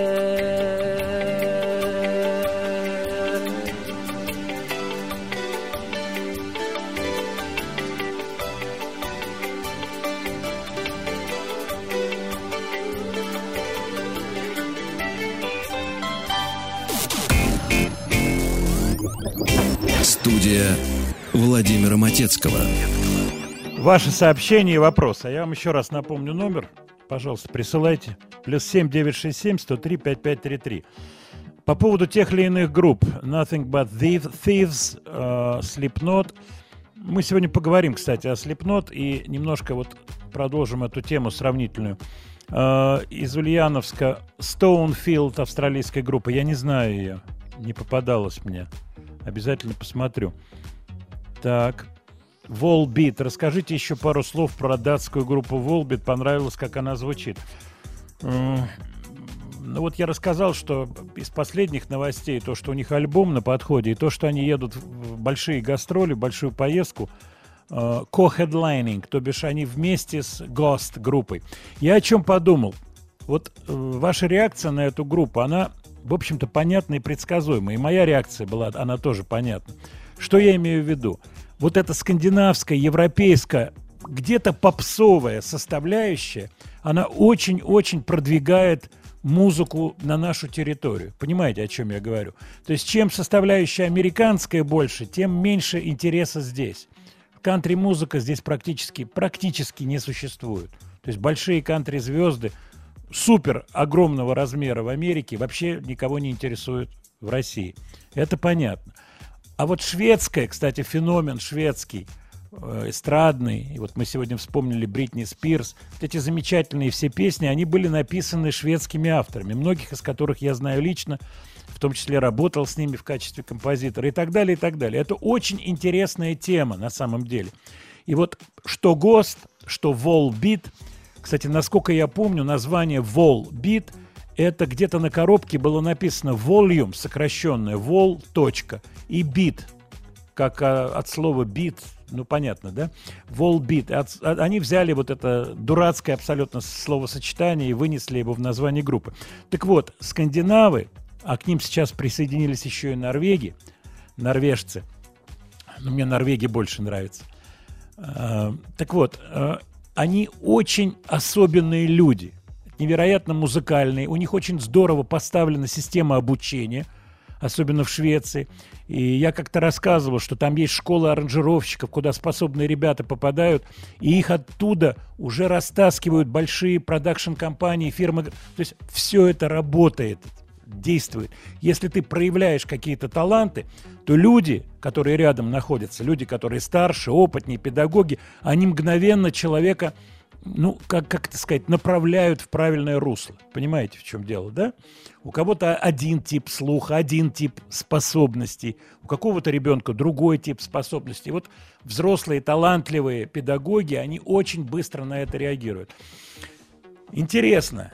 Студия Владимира Матецкого. Ваши сообщения и вопросы. Я вам еще раз напомню номер. Пожалуйста, присылайте. +7 967 103 5533. По поводу тех или иных групп. Nothing But Thieves, Slipknot. Мы сегодня поговорим, кстати, о Slipknot и немножко вот продолжим эту тему сравнительную. Из Ульяновска Stonefield, австралийская группа. Я не знаю ее. Не попадалась мне. Обязательно посмотрю. Так. Volbeat. Расскажите еще пару слов про датскую группу Volbeat. Понравилось, как она звучит. Ну вот я рассказал, что из последних новостей то, что у них альбом на подходе, и то, что они едут в большие гастроли, в большую поездку, co-headlining, то бишь они вместе с Ghost группой. Я о чем подумал? Вот ваша реакция на эту группу, она, в общем-то, понятна и предсказуема. И моя реакция была, она тоже понятна. Что я имею в виду? Вот эта скандинавская, европейская, где-то попсовая составляющая, она очень-очень продвигает музыку на нашу территорию. Понимаете, о чем я говорю? То есть, чем составляющая американская больше, тем меньше интереса здесь. Кантри-музыка здесь практически не существует. То есть, большие кантри-звезды супер огромного размера в Америке вообще никого не интересуют в России. Это понятно. А вот шведская, кстати, феномен шведский, эстрадный, и вот мы сегодня вспомнили Бритни Спирс, вот эти замечательные все песни, они были написаны шведскими авторами, многих из которых я знаю лично, в том числе работал с ними в качестве композитора и так далее, и так далее. Это очень интересная тема на самом деле. И вот что Ghost, что Volbeat, кстати, насколько я помню, название Volbeat, это где-то на коробке было написано Volume, сокращенное, Vol, точка, и Beat, как от слова beat, ну понятно, да? Volbeat. Они взяли вот это дурацкое абсолютно словосочетание и вынесли его в название группы. Так вот, скандинавы, а к ним сейчас присоединились еще и норвежцы. Но мне Норвегия больше нравится. Так вот, они очень особенные люди, невероятно музыкальные, у них очень здорово поставлена система обучения, особенно в Швеции. И я как-то рассказывал, что там есть школа аранжировщиков, куда способные ребята попадают, и их оттуда уже растаскивают большие продакшн-компании, фирмы. То есть все это работает, действует. Если ты проявляешь какие-то таланты, то люди, которые рядом находятся, люди, которые старше, опытнее, педагоги, они мгновенно человека, ну, как это сказать, направляют в правильное русло. Понимаете, в чем дело, да? У кого-то один тип слуха, один тип способностей, у какого-то ребенка другой тип способностей. Вот взрослые, талантливые педагоги, они очень быстро на это реагируют. Интересно.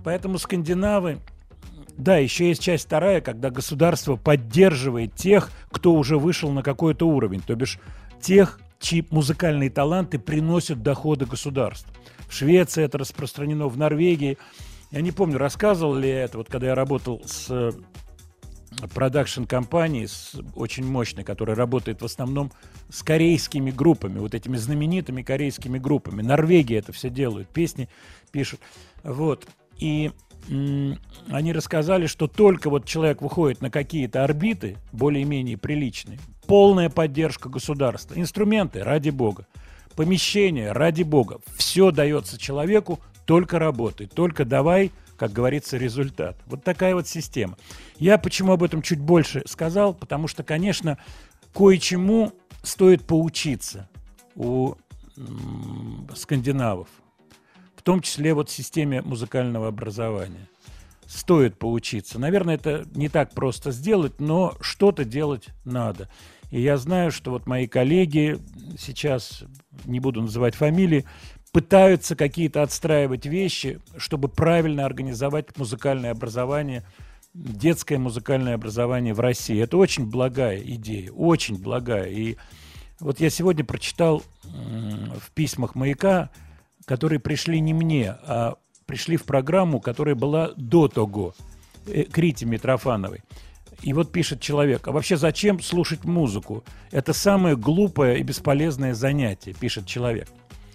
Поэтому скандинавы... Да, еще есть часть вторая, когда государство поддерживает тех, кто уже вышел на какой-то уровень, то бишь тех, чьи музыкальные таланты приносят доходы государству. В Швеции это распространено, в Норвегии. Я не помню, рассказывал ли я это, вот когда я работал с продакшн-компанией, очень мощной, которая работает в основном с корейскими группами, вот этими знаменитыми корейскими группами. Норвегия это все делают, песни пишут. Вот. И они рассказали, что только вот человек выходит на какие-то орбиты, более-менее приличные, полная поддержка государства, инструменты, ради бога, помещения, ради бога, все дается человеку, только работай, только давай, как говорится, результат. Вот такая вот система. Я почему об этом чуть больше сказал, потому что, конечно, кое-чему стоит поучиться у скандинавов. В том числе вот системе музыкального образования. Стоит поучиться. Наверное, это не так просто сделать, но что-то делать надо. И я знаю, что вот мои коллеги, сейчас не буду называть фамилии, пытаются какие-то отстраивать вещи, чтобы правильно организовать музыкальное образование, детское музыкальное образование в России. Это очень благая идея, очень благая. И вот я сегодня прочитал в письмах «Маяка», которые пришли не мне, а пришли в программу, которая была до того, к Рите Митрофановой. И вот пишет человек: а вообще зачем слушать музыку? Это самое глупое и бесполезное занятие, пишет человек.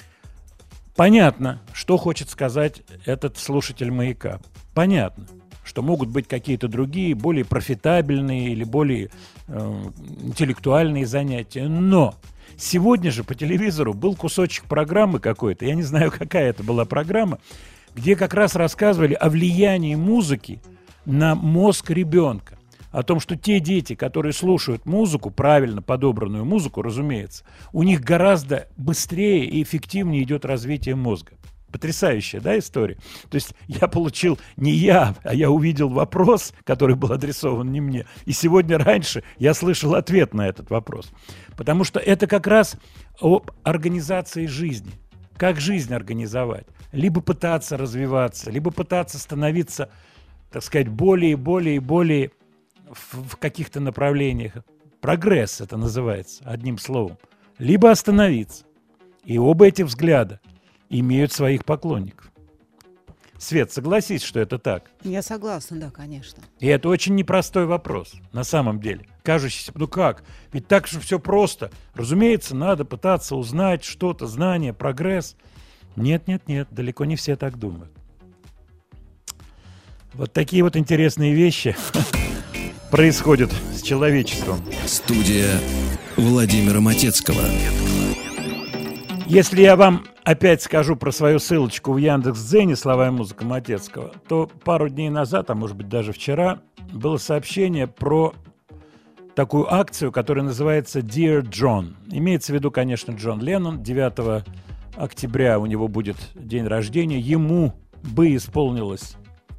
Понятно, что хочет сказать этот слушатель «Маяка». Понятно, что могут быть какие-то другие, более профитабельные или более интеллектуальные занятия, но... Сегодня же по телевизору был кусочек программы какой-то, я не знаю, какая это была программа, где как раз рассказывали о влиянии музыки на мозг ребенка. О том, что те дети, которые слушают музыку, правильно подобранную музыку, разумеется, у них гораздо быстрее и эффективнее идет развитие мозга. Потрясающая, да, история? То есть я получил, не я, а я увидел вопрос, который был адресован не мне. И сегодня раньше я слышал ответ на этот вопрос. Потому что это как раз об организации жизни. Как жизнь организовать? Либо пытаться развиваться, либо пытаться становиться, так сказать, более и более и более в каких-то направлениях. Прогресс это называется, одним словом. Либо остановиться. И оба эти взгляда имеют своих поклонников. Свет, согласись, что это так? Я согласна, да, конечно. И это очень непростой вопрос, на самом деле. Кажущийся, ну как? Ведь так же все просто. Разумеется, надо пытаться узнать что-то, знание, прогресс. Нет, далеко не все так думают. Вот такие вот интересные вещи происходят с человечеством. Студия Владимира Матецкого. Если я вам опять скажу про свою ссылочку в Яндекс.Дзене «Слова и музыка» Матецкого, то пару дней назад, а может быть даже вчера, было сообщение про такую акцию, которая называется «Dear John». Имеется в виду, конечно, Джон Леннон. 9 октября у него будет день рождения. Ему бы исполнилось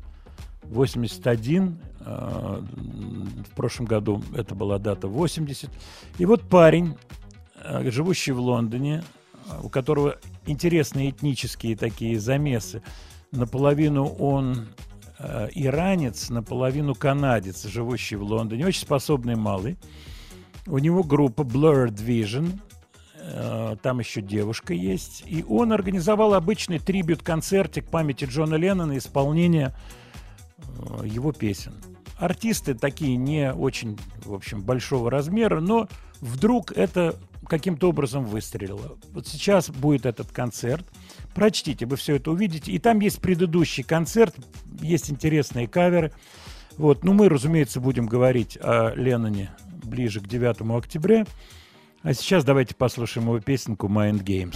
81. В прошлом году это была дата 80. И вот парень, живущий в Лондоне, у которого интересные этнические такие замесы. Наполовину он иранец, наполовину канадец, живущий в Лондоне. Очень способный малый. У него группа Blurred Vision. Там еще девушка есть. И он организовал обычный трибют-концертик к памяти Джона Леннона, исполнение его песен. Артисты такие не очень, в общем, большого размера, но вдруг это каким-то образом выстрелило. Вот сейчас будет этот концерт. Прочтите, вы все это увидите. И там есть предыдущий концерт, есть интересные каверы. Вот. Ну, мы, разумеется, будем говорить о Ленноне ближе к 9 октября. А сейчас давайте послушаем его песенку «Mind Games».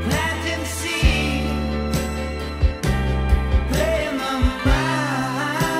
Playing my mind.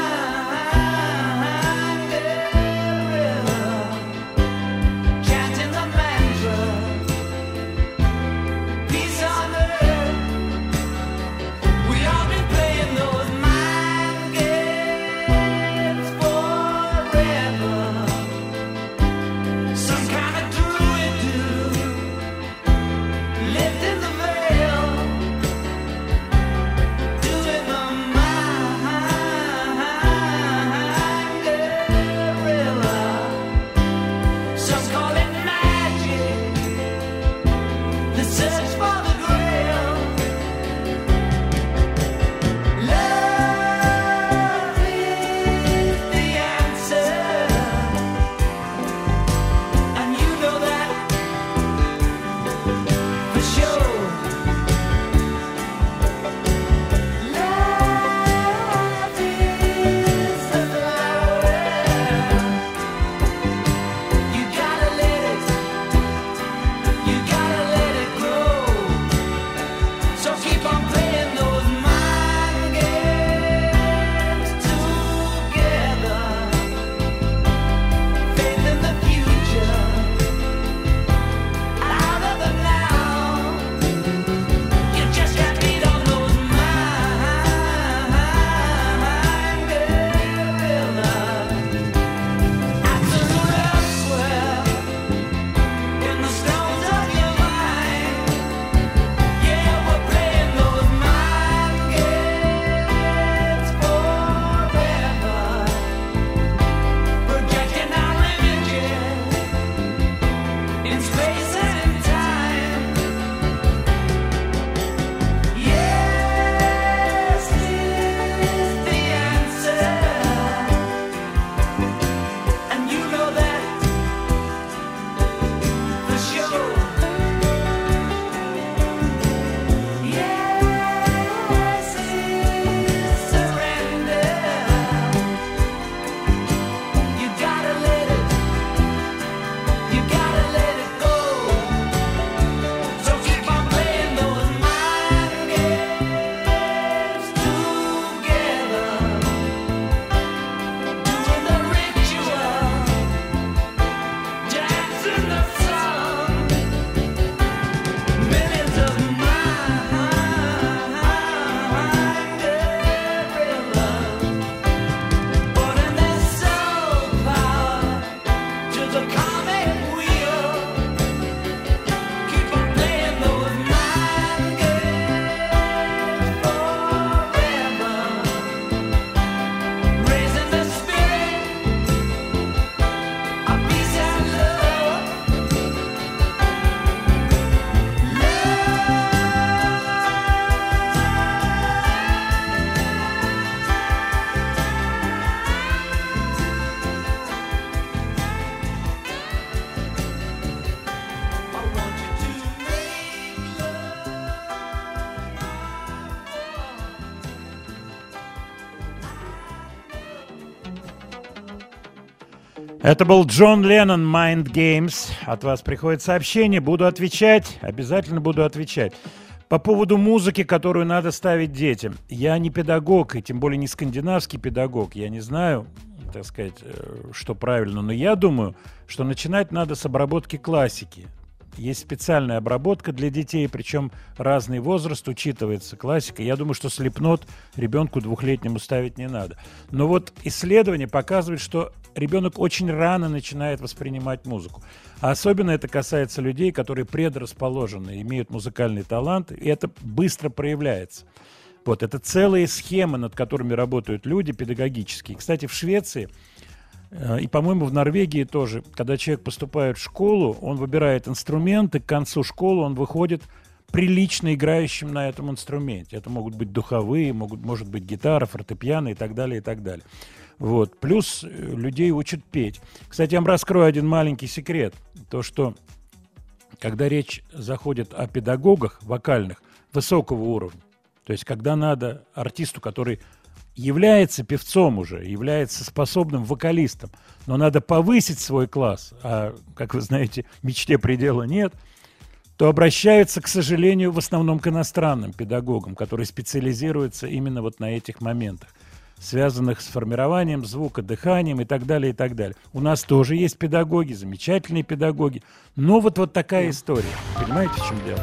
Это был Джон Леннон, Mind Games. От вас приходит сообщение. Буду отвечать. Обязательно буду отвечать. По поводу музыки, которую надо ставить детям. Я не педагог, и тем более не скандинавский педагог. Я не знаю, так сказать, что правильно. Но я думаю, что начинать надо с обработки классики. Есть специальная обработка для детей, причем разный возраст учитывается, классика. Я думаю, что Slipknot ребенку 2-летнему ставить не надо. Но вот исследования показывают, что ребенок очень рано начинает воспринимать музыку. А особенно это касается людей, которые предрасположены, имеют музыкальный талант, и это быстро проявляется. Вот, это целые схемы, над которыми работают люди педагогические. Кстати, в Швеции и, по-моему, в Норвегии тоже, когда человек поступает в школу, он выбирает инструменты, к концу школы он выходит прилично играющим на этом инструменте. Это могут быть духовые, может быть гитара, фортепиано и так далее, и так далее. Вот. Плюс людей учат петь. Кстати, я вам раскрою один маленький секрет. То, что когда речь заходит о педагогах вокальных высокого уровня, то есть когда надо артисту, который является певцом уже, является способным вокалистом, но надо повысить свой класс, а, как вы знаете, мечте предела нет, то обращаются, к сожалению, в основном к иностранным педагогам, которые специализируются именно вот на этих моментах, связанных с формированием звука, дыханием и так далее, и так далее. У нас тоже есть педагоги, замечательные педагоги, но вот такая история. Понимаете, в чем дело?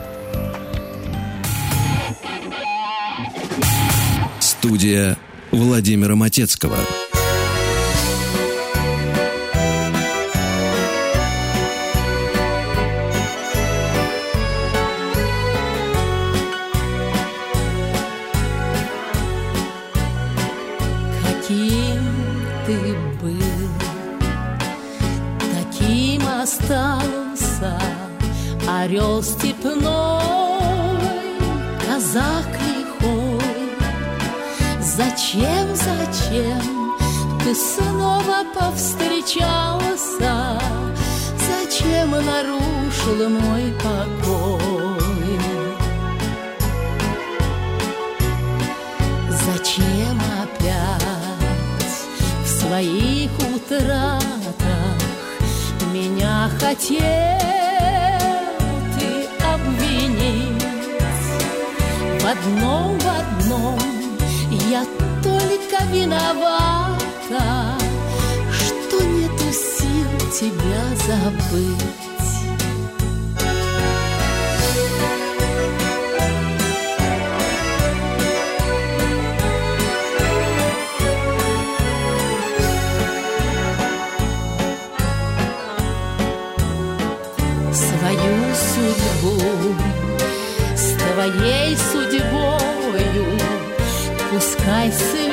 Студия Владимира Матецкого. Каким ты был, таким остался орел степной, казак лихой. Зачем ты снова повстречался? Зачем нарушил мой покой? Зачем опять в своих утратах меня хотел ты обвинить? В одном я только виновата, что нету сил тебя забыть. Свою судьбу с твоей судьбою пускай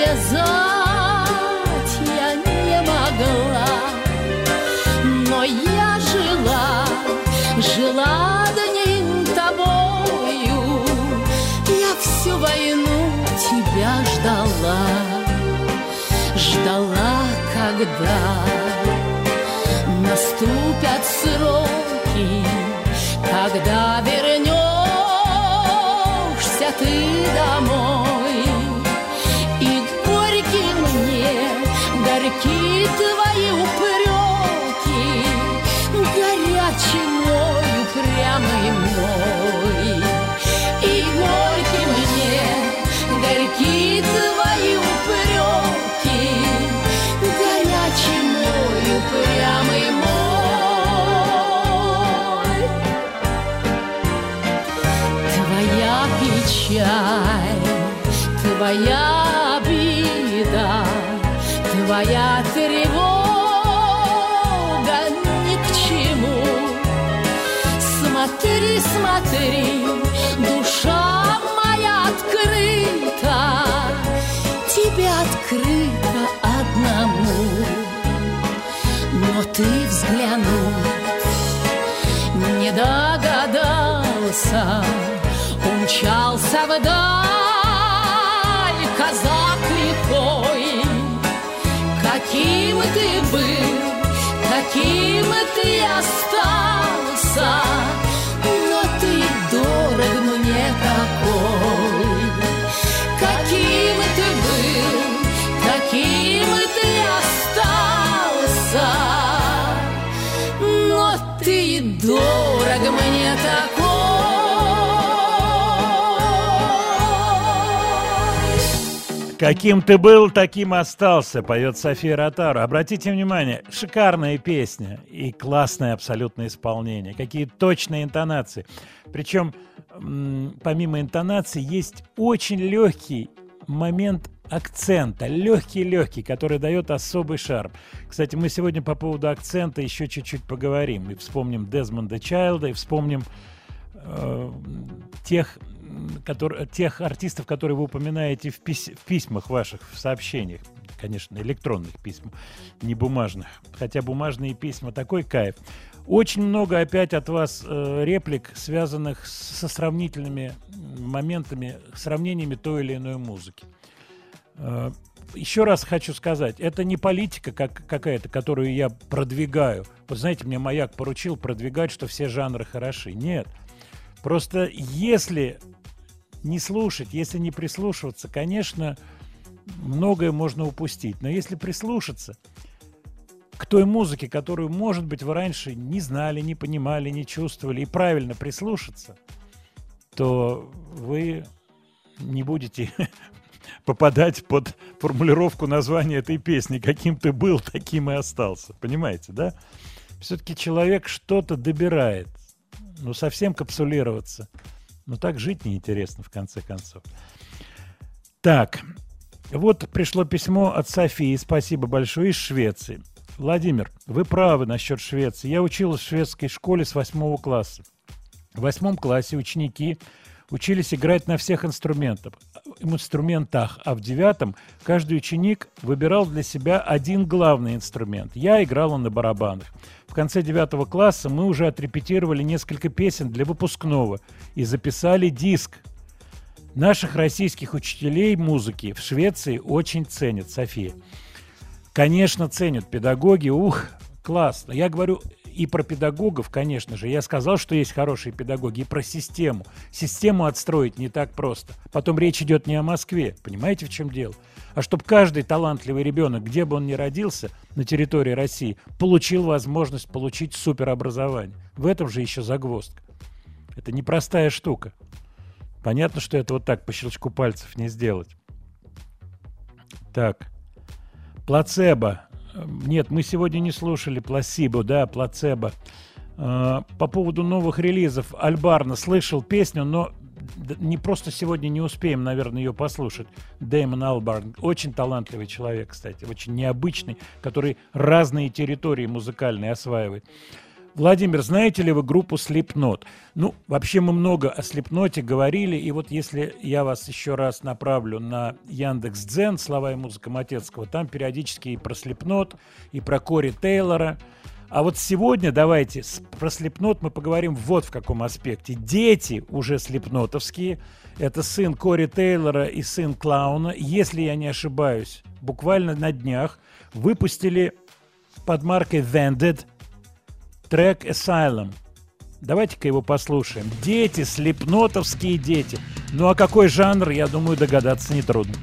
связать я не могла, но я жила одним тобою. Я всю войну тебя ждала, когда наступят сроки, когда вернешься ты домой. Горьки твои упреки, горячий мой, упрямый мой. И горький мне, горьки твои упреки, горячий мой, упрямый мой. Твоя печаль, твоя обида, твоя тревога ни к чему. Смотри, душа моя открыта, тебе открыта одному. Но ты взглянуть не догадался, умчался вдаль казак лихой. Каким ты был, каким ты остался, но ты дорог мне такой. Каким ты был, каким ты остался, ты дорог мне такой. Каким ты был, таким остался, поет София Ротару. Обратите внимание, шикарная песня и классное абсолютно исполнение. Какие точные интонации. Причем, помимо интонации, есть очень легкий момент акцента. Легкий, который дает особый шарм. Кстати, мы сегодня по поводу акцента еще чуть-чуть поговорим. И вспомним Дезмонда Чайлда, и вспомним тех артистов, которые вы упоминаете в письмах ваших, в сообщениях. Конечно, электронных письм, не бумажных. Хотя бумажные письма такой кайф. Очень много опять от вас реплик, связанных со сравнительными моментами, сравнениями той или иной музыки. Еще раз хочу сказать, это не политика какая-то, которую я продвигаю. Вот знаете, мне Маяк поручил продвигать, что все жанры хороши. Нет. Просто если не слушать, если не прислушиваться, конечно, многое можно упустить. Но если прислушаться к той музыке, которую, может быть, вы раньше не знали, не понимали, не чувствовали, и правильно прислушаться, то вы не будете попадать под формулировку названия этой песни. Каким ты был, таким и остался. Понимаете, да? Все-таки человек что-то добирает. Ну, совсем капсулироваться. Ну, так жить неинтересно, в конце концов. Так, вот пришло письмо от Софии, спасибо большое, из Швеции. Владимир, вы правы насчет Швеции. Я училась в шведской школе с 8 класса. В 8 классе ученики учились играть на всех инструментах, а в 9 каждый ученик выбирал для себя один главный инструмент. Я играла на барабанах. В конце 9 класса мы уже отрепетировали несколько песен для выпускного и записали диск. Наших российских учителей музыки в Швеции очень ценят, София. Конечно, ценят педагоги. Классно. Я говорю и про педагогов, конечно же. Я сказал, что есть хорошие педагоги, и про систему. Систему отстроить не так просто. Потом речь идет не о Москве. Понимаете, в чем дело? А чтобы каждый талантливый ребенок, где бы он ни родился на территории России, получил возможность получить суперобразование. В этом же еще загвоздка. Это непростая штука. Понятно, что это вот так по щелчку пальцев не сделать. Так. Плацебо. Нет, мы сегодня не слушали Пласибо, да, Плацебо. По поводу новых релизов. Альбарна слышал песню, но не просто сегодня не успеем, наверное, ее послушать. Дэймон Албарн. Очень талантливый человек, кстати. Очень необычный, который разные территории музыкальные осваивает. Владимир, знаете ли вы группу Slipknot? Ну, вообще мы много о Slipknot говорили, и вот если я вас еще раз направлю на Яндекс.Дзен, слова и музыка Матецкого, там периодически и про Slipknot, и про Кори Тейлора. А вот сегодня давайте про Slipknot мы поговорим вот в каком аспекте. Дети уже слипнотовские, это сын Кори Тейлора и сын Клауна, если я не ошибаюсь, буквально на днях выпустили под маркой Vended трек Asylum. Давайте-ка его послушаем. Дети, слипнотовские дети. Ну а какой жанр, я думаю, догадаться нетрудно.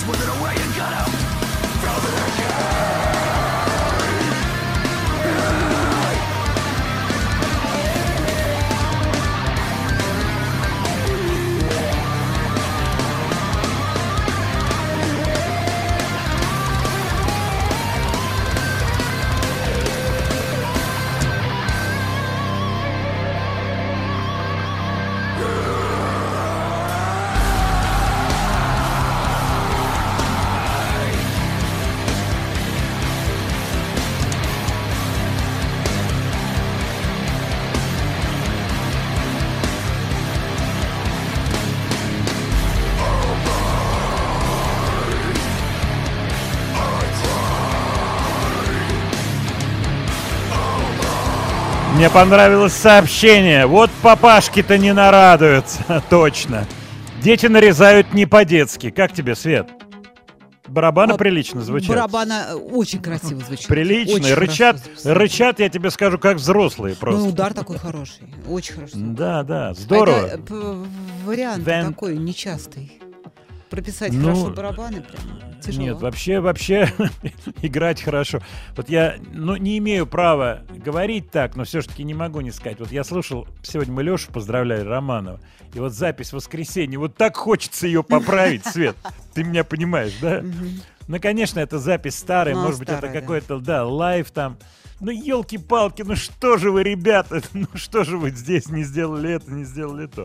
Мне понравилось сообщение. Вот папашки-то не нарадуются. Точно. Дети нарезают не по-детски. Как тебе, Свет? Барабаны прилично звучат. Барабаны очень красиво звучат. Прилично. Рычат, я тебе скажу, как взрослые просто. Ну, удар такой хороший. Очень хороший. Да, здорово. Это вариант такой нечастый. Прописать хорошо барабаны прям тяжело. Нет, вообще играть хорошо. Вот я, не имею права говорить так, но все-таки не могу не сказать. Вот я слушал, сегодня мы Лешу поздравляли, Романова, и вот запись в воскресенье, вот так хочется ее поправить, Свет. Ты меня понимаешь, да? Ну, конечно, это запись старая, может быть, это какой-то, лайв там. Ну, елки-палки, ну что же вы, ребята, ну что же вы здесь не сделали это, не сделали то.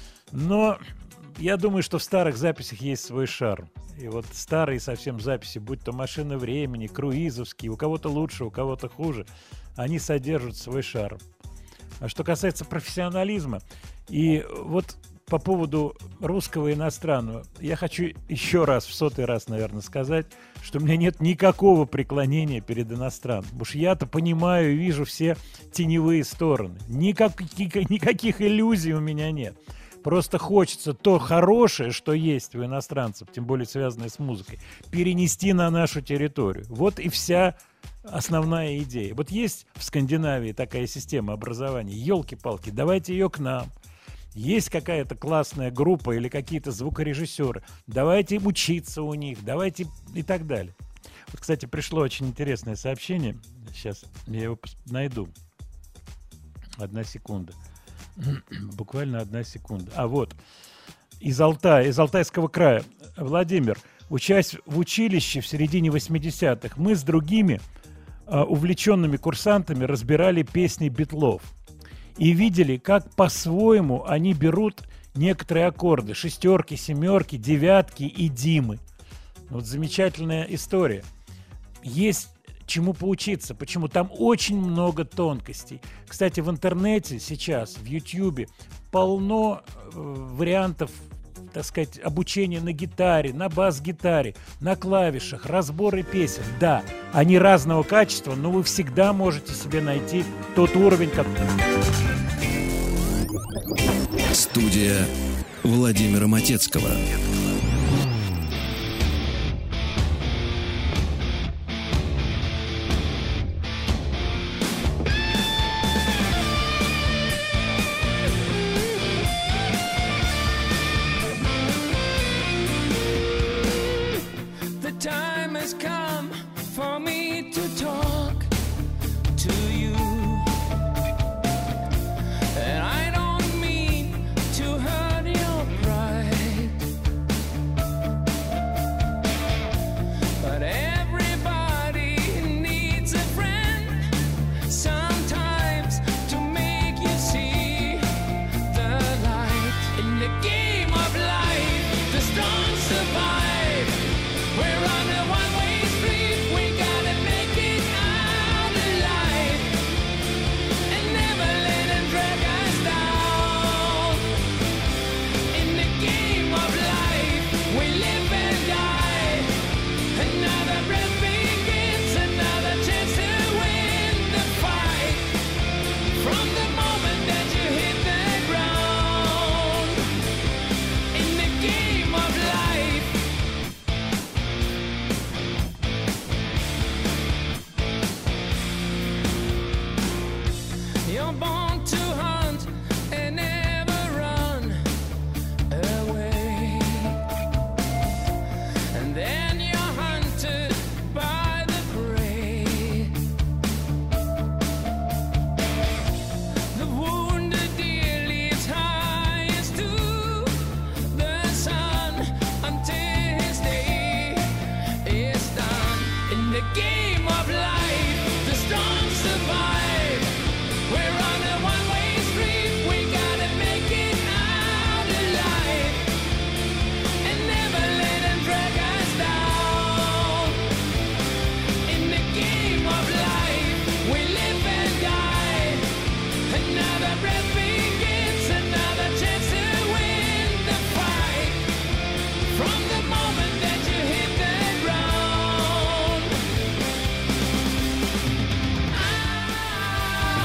Но я думаю, что в старых записях есть свой шарм. И вот старые совсем записи, будь то «Машина времени», круизовские, у кого-то лучше, у кого-то хуже, они содержат свой шарм. А что касается профессионализма, и вот по поводу русского и иностранного, я хочу еще раз, в 100-й раз, наверное, сказать, что у меня нет никакого преклонения перед иностранным. Потому что я-то понимаю и вижу все теневые стороны. Никаких иллюзий у меня нет. Просто хочется то хорошее, что есть у иностранцев, тем более связанное с музыкой, перенести на нашу территорию. Вот и вся основная идея. Вот есть в Скандинавии такая система образования. Елки-палки, давайте ее к нам. Есть какая-то классная группа или какие-то звукорежиссеры. Давайте учиться у них, давайте и так далее. Вот, кстати, пришло очень интересное сообщение. Сейчас я его найду. 1 секунда. Буквально 1 секунда. А вот, из Алтайского края. Владимир, учась в училище в середине 80-х, мы с другими увлеченными курсантами разбирали песни Битлов и видели, как по-своему они берут некоторые аккорды. 6-ки, 7-ки, 9-ки и Димы. Вот замечательная история. Есть чему поучиться. Почему? Там очень много тонкостей. Кстати, в интернете сейчас, в Ютьюбе, полно вариантов, так сказать, обучения на гитаре, на бас-гитаре, на клавишах, разборы песен. Да, они разного качества, но вы всегда можете себе найти тот уровень, как... Студия Владимира Матецкого.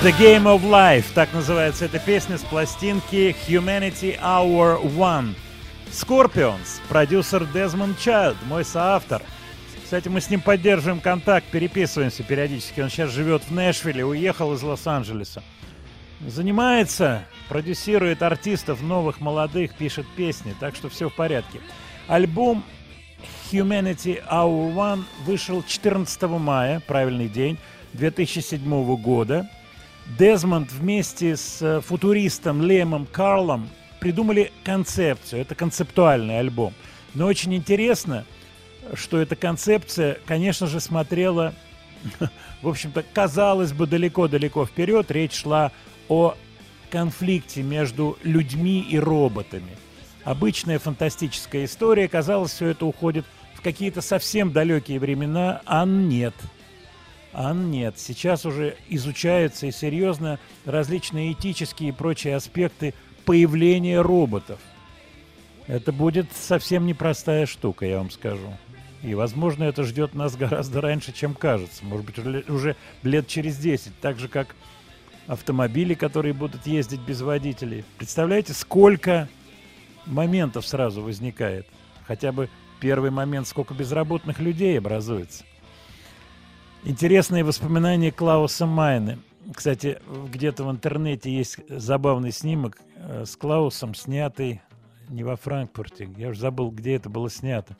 The Game of Life, так называется эта песня с пластинки Humanity Hour One. Scorpions, продюсер Desmond Child, мой соавтор. Кстати, мы с ним поддерживаем контакт, переписываемся периодически. Он сейчас живет в Нэшвилле, уехал из Лос-Анджелеса. Занимается, продюсирует артистов новых, молодых, пишет песни, так что все в порядке. Альбом Humanity Hour One вышел 14 мая, правильный день, 2007 года. Дезмонд вместе с футуристом Лемом Карлом придумали концепцию. Это концептуальный альбом. Но очень интересно, что эта концепция, конечно же, смотрела, в общем-то, казалось бы, далеко-далеко вперед. Речь шла о конфликте между людьми и роботами. Обычная фантастическая история. Казалось, все это уходит в какие-то совсем далекие времена, а нет. Нет. Сейчас уже изучаются и серьезно различные этические и прочие аспекты появления роботов. Это будет совсем непростая штука, я вам скажу. И, возможно, это ждет нас гораздо раньше, чем кажется. Может быть, уже лет через 10. Так же, как автомобили, которые будут ездить без водителей. Представляете, сколько моментов сразу возникает? Хотя бы первый момент, сколько безработных людей образуется. Интересные воспоминания Клауса Майне. Кстати, где-то в интернете есть забавный снимок с Клаусом, снятый не во Франкфурте. Я уже забыл, где это было снято.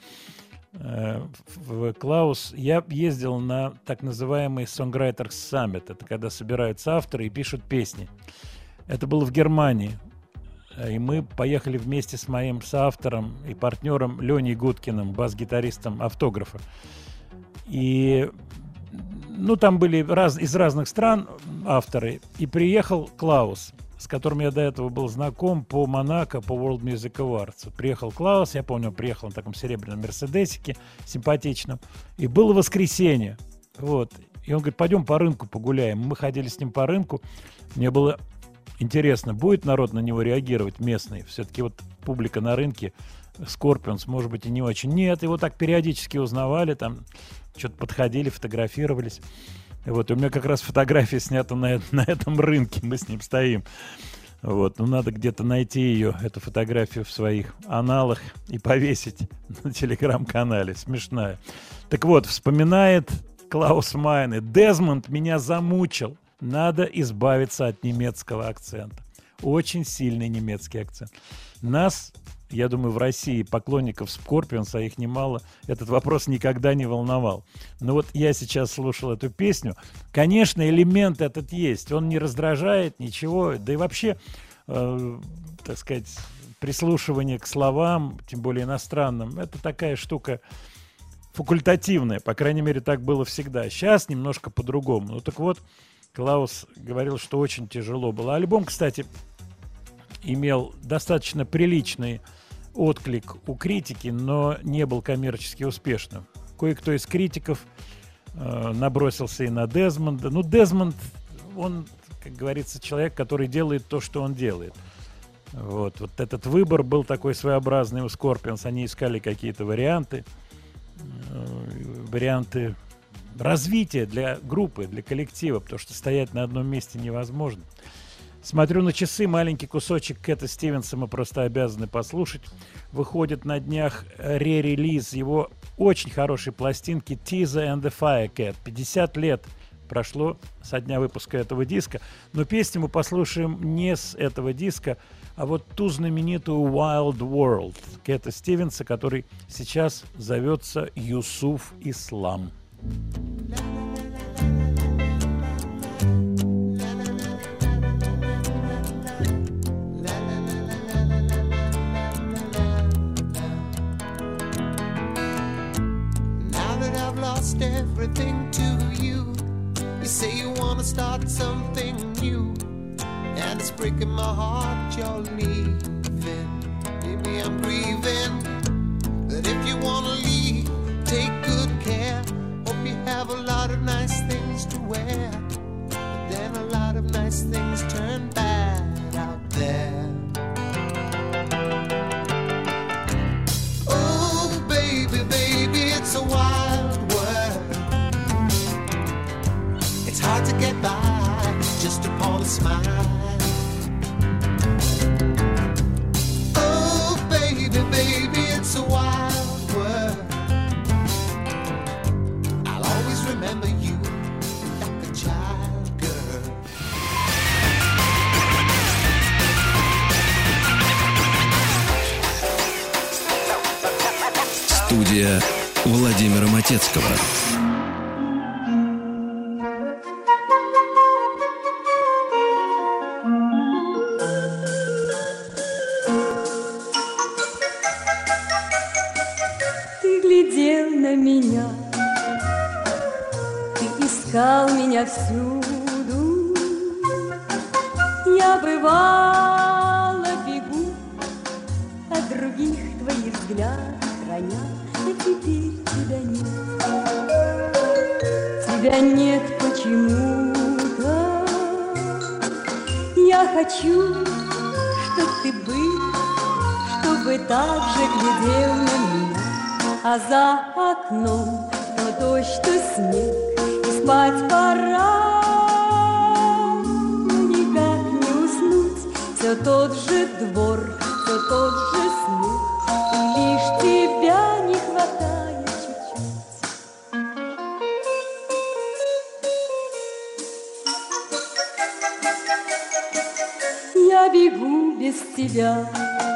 Я ездил на так называемый Songwriters Summit. Это когда собираются авторы и пишут песни. Это было в Германии. И мы поехали вместе с моим соавтором и партнером Леней Гудкиным, бас-гитаристом Автографа. И там были из разных стран авторы. И приехал Клаус, с которым я до этого был знаком по Монако, по World Music Awards. Приехал Клаус, я помню, он приехал на таком серебряном мерседесике, симпатичном. И было воскресенье. Вот. И он говорит, пойдем по рынку погуляем. Мы ходили с ним по рынку. Мне было интересно, будет народ на него реагировать, местный. Все-таки вот публика на рынке, Scorpions, может быть, и не очень. Нет, его так периодически узнавали, там что-то подходили, фотографировались. Вот, и у меня как раз фотография снята на этом рынке, мы с ним стоим. Вот, надо где-то найти ее, эту фотографию в своих аналах и повесить на телеграм-канале. Смешная. Так вот, вспоминает Клаус Майне. Дезмонд меня замучил. Надо избавиться от немецкого акцента. Очень сильный немецкий акцент. Нас, я думаю, в России поклонников Scorpions, а их немало, этот вопрос никогда не волновал. Но вот я сейчас слушал эту песню. Конечно, элемент этот есть. Он не раздражает ничего. Да и вообще, так сказать, прислушивание к словам, тем более иностранным, это такая штука факультативная. По крайней мере, так было всегда. Сейчас немножко по-другому. Ну так вот, Клаус говорил, что очень тяжело было. Альбом, кстати, имел достаточно приличный отклик у критики, но не был коммерчески успешным. Кое-кто из критиков набросился и на Дезмонда. Ну, Дезмонд, он, как говорится, человек, который делает то, что он делает. Вот этот выбор был такой своеобразный у Scorpions. Они искали какие-то варианты развития для группы, для коллектива, потому что стоять на одном месте невозможно. Смотрю на часы, маленький кусочек Кэта Стивенса мы просто обязаны послушать. Выходит на днях ререлиз его очень хорошей пластинки Teaser and the Firecat. 50 лет прошло со дня выпуска этого диска, но песню мы послушаем не с этого диска, а вот ту знаменитую Wild World Кэта Стивенса, который сейчас зовется Юсуф Ислам. Everything to you. You say you wanna start something new, and it's breaking my heart you're leaving. Baby, I'm grieving. But if you wanna leave, take good care. Hope you have a lot of nice things to wear, but then a lot of nice things turn bad out there. Oh, baby, baby, it's a wild world. It's hard to get by just upon smile. Oh, baby, baby, it's a wild world. I'll always remember you like a child girl. Студия Владимира Матецкого. Ты глядел на меня, ты искал меня всюду. Я бывала бегу от других твоих взглядов, храня. А теперь тебя нет, тебя нет почему-то. Я хочу, чтоб ты был, чтобы так же глядел на меня. А за окном то дождь, то снег, и спать пора. Но никак не уснуть, все тот же двор, все тот же снег. И лишь тебя не хватает чуть-чуть. Я бегу без тебя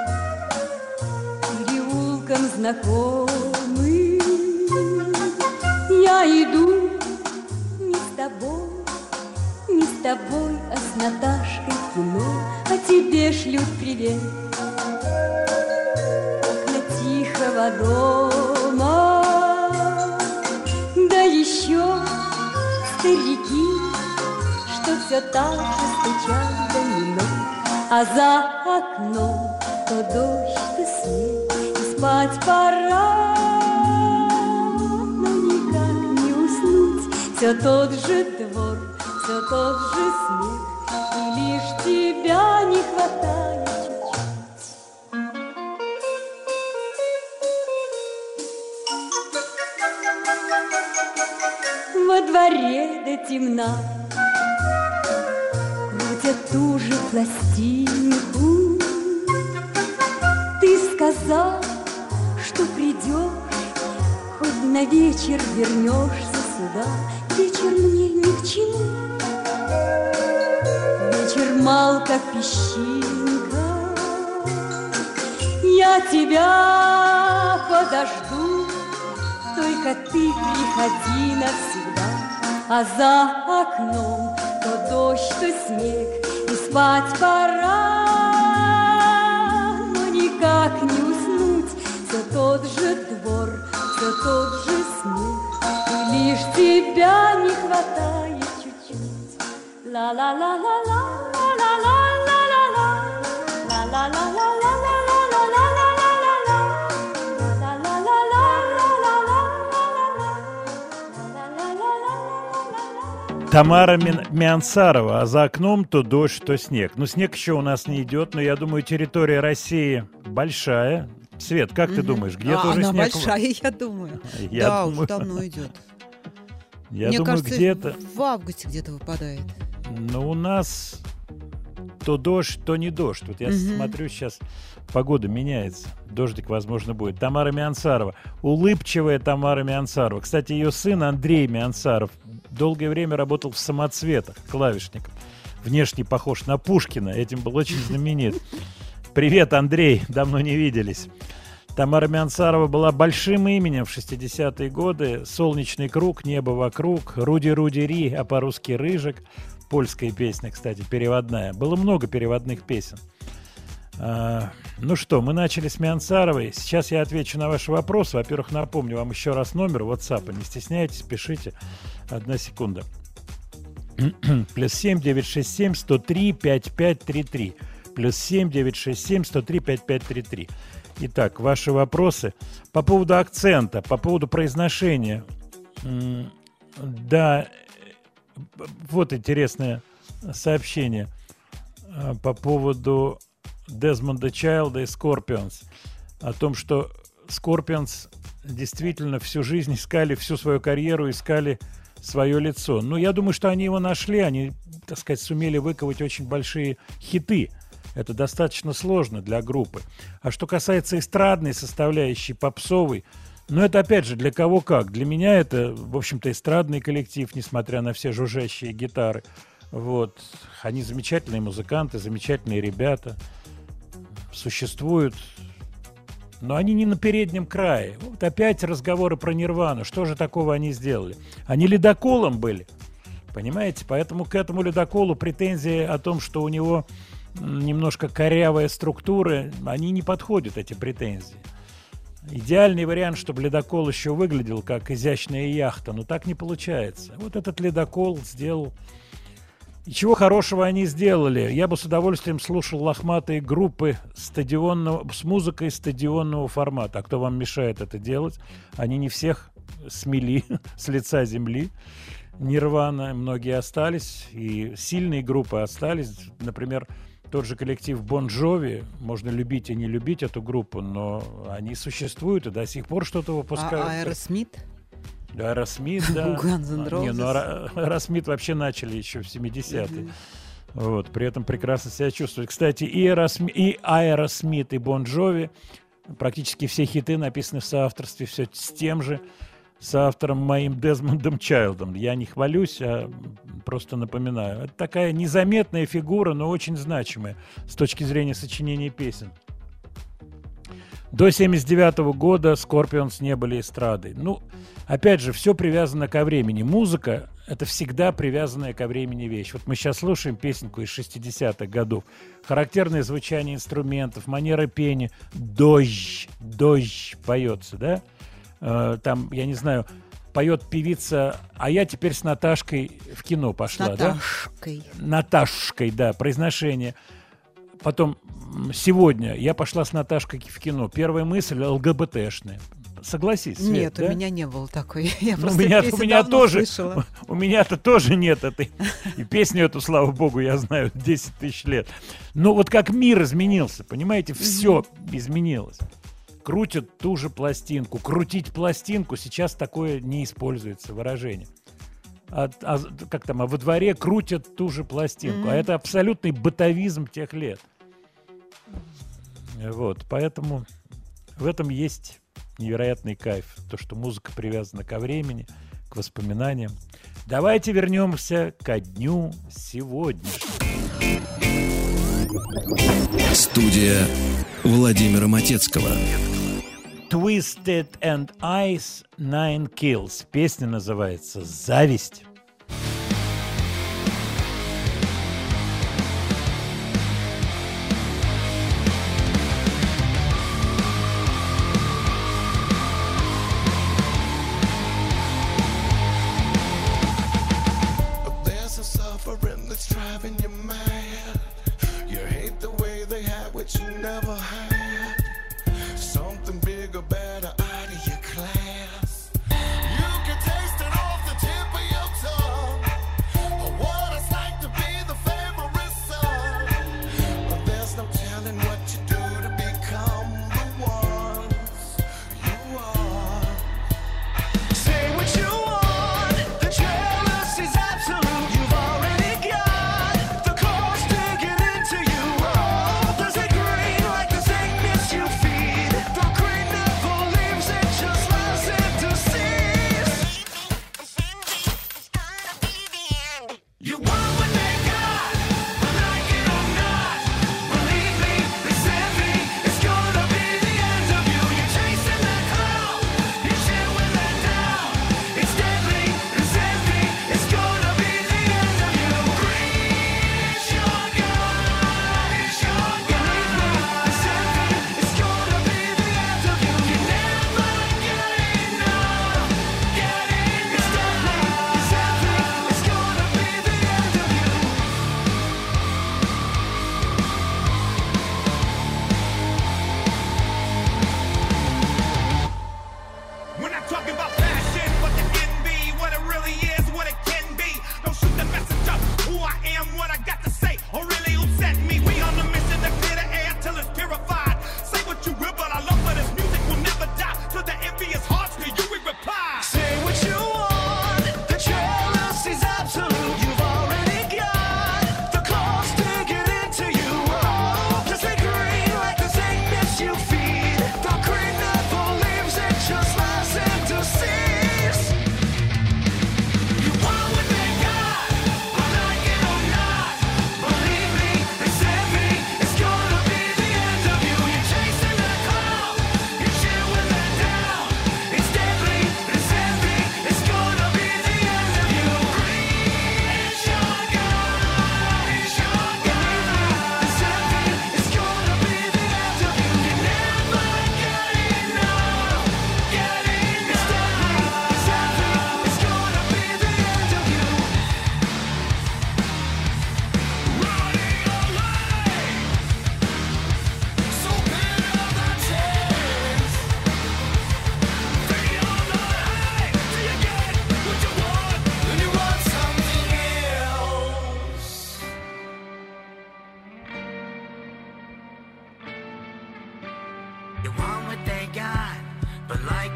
переулком знакомым. Я иду не с тобой, не с тобой, а с Наташкой в кино. А тебе шлют привет тихого дома. Да еще старики, что все так же стучат домино. А за окном то дождь, то снег, и спать пора. Но никак не уснуть, все тот же двор, все тот же снег. И лишь тебя не хватает чуть-чуть. Во дворе до темна крутят ту же пластинку. Ты сказал, что придешь, хоть на вечер вернешься сюда. Вечер мне ни к чему, вечер мал, как песчинка. Я тебя подожду, только ты приходи навсегда. А за окном то дождь, то снег, и спать пора. Но никак не уснуть, все тот же двор, все тот же снег. И лишь тебя не хватает чуть-чуть. Ла-ла-ла-ла-ла, ла-ла-ла-ла-ла-ла, ла-ла-ла-ла-ла-ла. Тамара Миансарова, а за окном то дождь, то снег. Ну, снег еще у нас не идет, но я думаю, территория России большая. Свет, как ты думаешь, где-то уже она снег? Большая, я думаю. Я думаю, уже давно идет. Я Мне думаю, кажется, где-то... в августе где-то выпадает. Ну, у нас то дождь, то не дождь. Вот я смотрю, сейчас погода меняется. Дождик, возможно, будет. Тамара Миансарова. Улыбчивая Тамара Миансарова. Кстати, ее сын Андрей Миансаров долгое время работал в «Самоцветах» клавишником. Внешне похож на Пушкина. Этим был очень знаменит. Привет, Андрей. Давно не виделись. Тамара Миансарова была большим именем в 60-е годы. «Солнечный круг», «Небо вокруг», «Руди-Руди-Ри», а по-русски «Рыжик». Польская песня, кстати, переводная. Было много переводных песен. Ну что, мы начали с Миансаровой. Сейчас я отвечу на ваши вопросы. Во-первых, напомню вам еще раз номер WhatsApp. Не стесняйтесь, пишите. 1 секунда. +7 967 103 5533. +7 967 103 5533. Итак, ваши вопросы по поводу акцента, по поводу произношения. Да, вот интересное сообщение по поводу Дезмонда Чайлда и Scorpions. О том, что Scorpions действительно всю жизнь искали, всю свою карьеру искали свое лицо. Но я думаю, что они его нашли, они, так сказать, сумели выковать очень большие хиты. Это достаточно сложно для группы. А что касается эстрадной составляющей, попсовой, ну, это, опять же, для кого как. Для меня это, в общем-то, эстрадный коллектив, несмотря на все жужжащие гитары. Вот. Они замечательные музыканты, замечательные ребята. Существуют. Но они не на переднем крае. Вот опять разговоры про Нирвану. Что же такого они сделали? Они ледоколом были. Понимаете? Поэтому к этому ледоколу претензии о том, что у него немножко корявая структура, они не подходят, эти претензии. Идеальный вариант, чтобы ледокол еще выглядел как изящная яхта, но так не получается. Вот этот ледокол сделал. И чего хорошего они сделали? Я бы с удовольствием слушал лохматые группы с музыкой стадионного формата. А кто вам мешает это делать? Они не всех смели с лица земли. Нирвана, многие остались, и сильные группы остались. Например, тот же коллектив Бон Джови, можно любить и не любить эту группу, но они существуют и до сих пор что-то выпускают. А Аэросмит? Аэросмит, да. Guns N' Roses. Не, ну Аэросмит вообще начали еще в 70-е. Вот, при этом прекрасно себя чувствуют. Кстати, и Аэросмит, и Бон Джови, практически все хиты написаны в соавторстве, все с тем же соавтором моим Дезмондом Чайлдом. Я не хвалюсь, а просто напоминаю. Это такая незаметная фигура, но очень значимая с точки зрения сочинения песен. До 1979 года Scorpions не были эстрадой. Ну, опять же, все привязано ко времени. Музыка — это всегда привязанная ко времени вещь. Вот мы сейчас слушаем песенку из 60-х годов. Характерное звучание инструментов, манера пения. Дождь поется, да? Там, я не знаю, поет певица, а я теперь с Наташкой в кино пошла, да? Наташкой, да, произношение. Потом, сегодня я пошла с Наташкой в кино. Первая мысль — ЛГБТшная. Согласись, Свет, нет, да? У меня не было такой. Я у меня тоже, слышала. У меня-то тоже нет этой. И песню эту, слава богу, я знаю 10 тысяч лет. Но вот как мир изменился, понимаете, все изменилось. Крутят ту же пластинку. Крутить пластинку сейчас такое не используется выражение. Как там, во дворе крутят ту же пластинку. А это абсолютный бытовизм тех лет. Вот, поэтому в этом есть невероятный кайф. То, что музыка привязана ко времени, к воспоминаниям. Давайте вернемся ко дню сегодняшнему. Студия Владимира Матецкого. Twisted and Ice, Nine Kills. Песня называется «Зависть». Better out of your class. You can taste it off the tip of your tongue.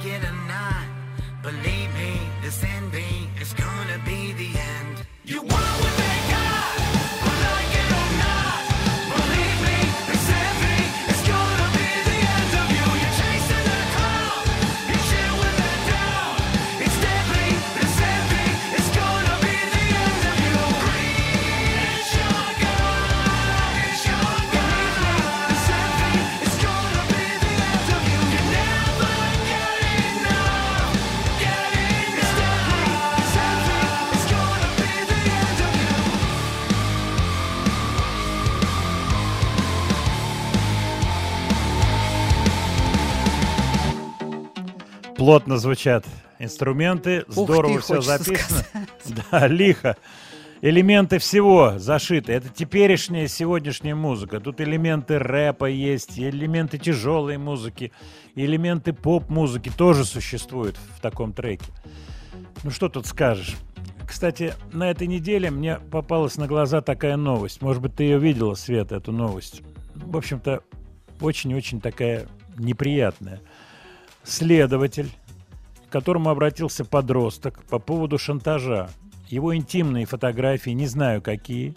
like it or not, believe me, this envy is gonna be the end. You want what they got, but like it or not, believe me, this envy is gonna be the end of you. You're chasing the cloud, you chill with the doubt. It's deadly, this envy is gonna be the end of you. Greed is your god, it's your god. This envy is gonna be the end of you. You never get enough, get enough. It's deadly, this envy is gonna be the end of you. Плотно звучат инструменты, здорово ты, все хочется записано. Да, лихо. Элементы всего зашиты. Это теперешняя, сегодняшняя музыка. Тут элементы рэпа есть, элементы тяжелой музыки, элементы поп-музыки тоже существуют в таком треке. Ну что тут скажешь? Кстати, на этой неделе мне попалась на глаза такая новость. Может быть, ты ее видела, Света, эту новость. В общем-то, очень-очень такая неприятная. Следователь, к которому обратился подросток по поводу шантажа. Его интимные фотографии, не знаю какие,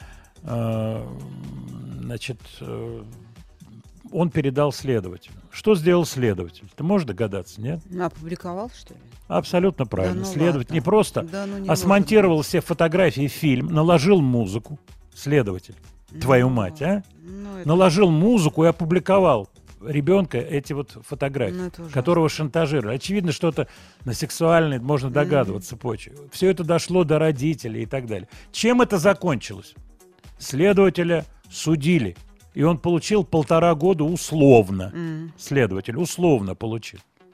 он передал следователю. Что сделал следователь? Ты можешь догадаться, нет? Опубликовал, что ли? Абсолютно правильно. Да ну Следователь ладно. не просто Не смонтировал может все фотографии в фильм, наложил музыку. Следователь, твою мать, а? Наложил музыку и опубликовал ребенка эти вот фотографии, которого шантажировали. Очевидно, что-то на сексуальной, можно догадываться, почве. Все это дошло до родителей и так далее. Чем это закончилось? Следователя судили, и он получил 1,5 года условно. Следователь условно получил.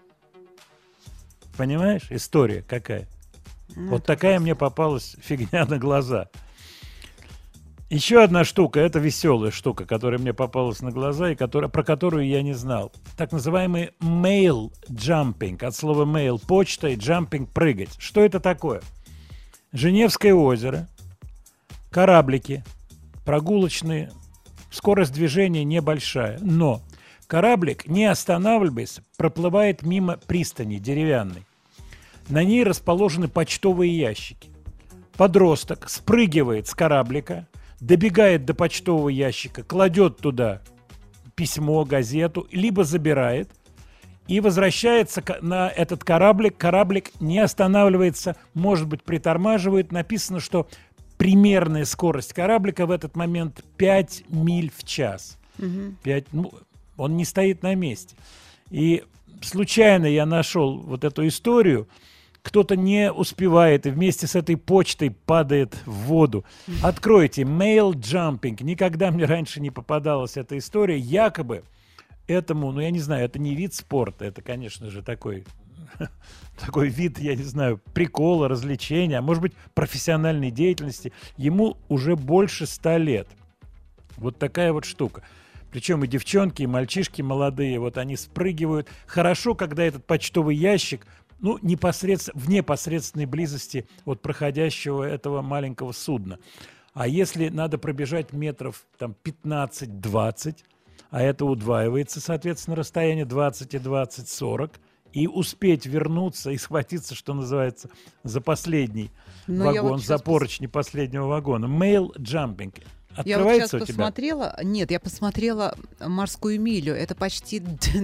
Понимаешь, история какая? Вот такая мне попалась фигня на глаза. Еще одна штука, это веселая штука, которая мне попалась на глаза и про которую я не знал. Так называемый mail jumping, от слова mail – почта и jumping – прыгать. Что это такое? Женевское озеро, кораблики, прогулочные, скорость движения небольшая, но кораблик, не останавливаясь, проплывает мимо пристани деревянной. На ней расположены почтовые ящики. Подросток спрыгивает с кораблика, добегает до почтового ящика, кладет туда письмо, газету, либо забирает и возвращается на этот кораблик. Кораблик не останавливается, может быть, притормаживает. Написано, что примерная скорость кораблика в этот момент 5 миль в час. 5, он не стоит на месте. И случайно я нашел вот эту историю. Кто-то не успевает и вместе с этой почтой падает в воду. Откройте mail jumping. Никогда мне раньше не попадалась эта история. Якобы этому, я не знаю, это не вид спорта, это, конечно же, такой вид, я не знаю, прикола, развлечения, а может быть, профессиональной деятельности. Ему уже больше 100 лет. Вот такая вот штука. Причем и девчонки, и мальчишки молодые, вот они спрыгивают. Хорошо, когда этот почтовый ящик в непосредственной близости от проходящего этого маленького судна. А если надо пробежать метров 15-20, а это удваивается, соответственно, расстояние 20 и 20, 40, и успеть вернуться и схватиться, что называется, за последний вагон, за поручни последнего вагона. Mail jumping. Открывается я вот сейчас у тебя? посмотрела, нет, я посмотрела «Морскую милю», это почти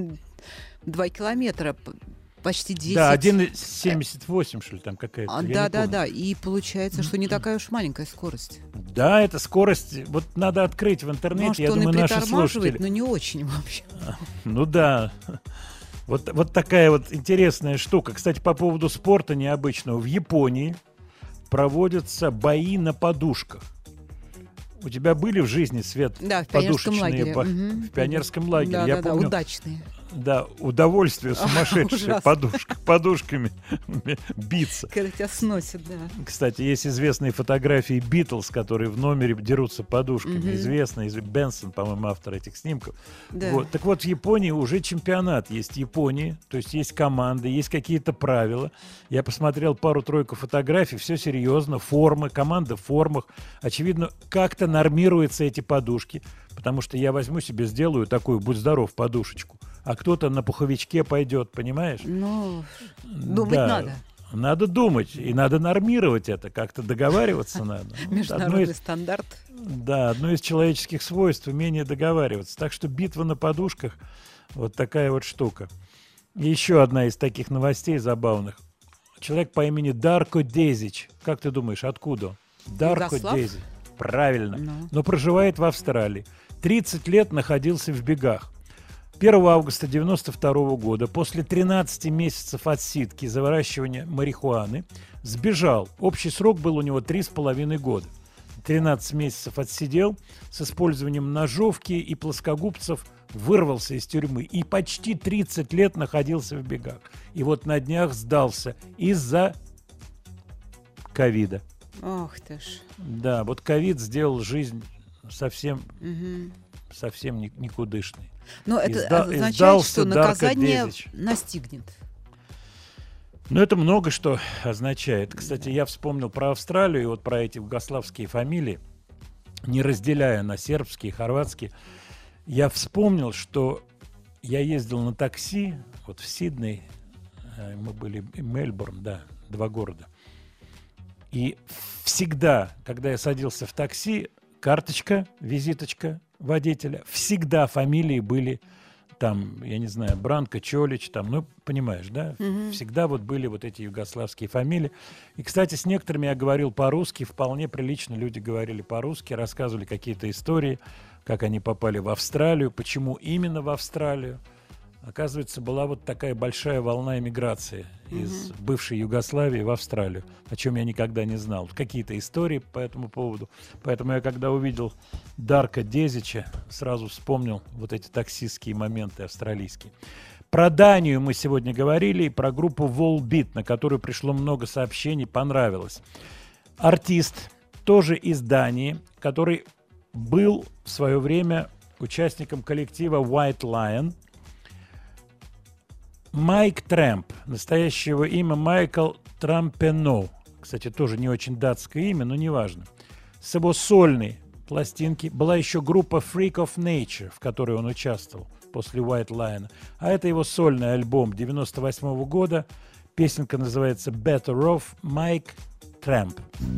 2 километра, почти 10. Да, 1,78, что ли, там какая-то. Да, и получается, что не такая уж маленькая скорость. Да, это скорость, вот надо открыть в интернете, я думаю, наши слушатели. Но не очень вообще. Ну да, вот такая вот интересная штука. Кстати, по поводу спорта необычного. В Японии проводятся бои на подушках. У тебя были в жизни, Свет, да, в пионерском лагере? В пионерском лагере. Да, я помню, удачные. Да, удовольствие сумасшедшее подушками биться. Когда тебя сносят, да. Кстати, есть известные фотографии Битлз, которые в номере дерутся подушками. Известный Бенсон, по-моему, автор этих снимков. Да. Вот. Так вот, в Японии уже чемпионат есть в Японии, то есть есть команды, есть какие-то правила. Я посмотрел пару-тройку фотографий, все серьезно, формы, команда в формах. Очевидно, как-то нормируются эти подушки, потому что я возьму себе, сделаю такую, будь здоров, подушечку. А кто-то на пуховичке пойдет, понимаешь? Ну, думать Да. надо. Надо думать, и надо нормировать это, как-то договариваться надо. Вот Международный стандарт. Да, одно из человеческих свойств — умение договариваться. Так что битва на подушках — вот такая вот штука. И еще одна из таких новостей забавных. Человек по имени Дарко Дезич. Как ты думаешь, откуда он? Дарко Югослав? Дезич. Правильно. Ну. Но проживает в Австралии. 30 лет находился в бегах. 1 августа 1992 года, после 13 месяцев отсидки за выращивание марихуаны, сбежал. Общий срок был у него 3,5 года. 13 месяцев отсидел, с использованием ножовки и плоскогубцев вырвался из тюрьмы и почти 30 лет находился в бегах. И вот на днях сдался из-за ковида. Ох ты ж. Да, вот ковид сделал жизнь совсем Мгм. никудышной. Но это означает, издался что Дарко наказание Дезич. настигнет. Ну, это много что означает. Кстати, я вспомнил про Австралию и вот про эти югославские фамилии, не разделяя на сербские, хорватские. Я вспомнил, что я ездил на такси вот в Сидней, мы были в Мельбурн, да, 2 города. И всегда, когда я садился в такси, карточка, визиточка водителя, всегда фамилии были там, я не знаю, Бранко, Чолич, там, ну, понимаешь, да? Всегда вот были вот эти югославские фамилии. И, кстати, с некоторыми я говорил по-русски, вполне прилично люди говорили по-русски, рассказывали какие-то истории, как они попали в Австралию, почему именно в Австралию. Оказывается, была вот такая большая волна эмиграции из бывшей Югославии в Австралию, о чем я никогда не знал. Какие-то истории по этому поводу. Поэтому я, когда увидел Дарко Дезича, сразу вспомнил вот эти таксистские моменты австралийские. Про Данию мы сегодня говорили и про группу Volbeat, на которую пришло много сообщений, понравилось. Артист, тоже из Дании, который был в свое время участником коллектива White Lion, Майк Трэмп, настоящего имя Майкл Трампено. Кстати, тоже не очень датское имя, но неважно. С его сольной пластинки была еще группа Freak of Nature, в которой он участвовал после White Lion. А это его сольный альбом 98 года. Песенка называется Better Off, Майк Трэмп.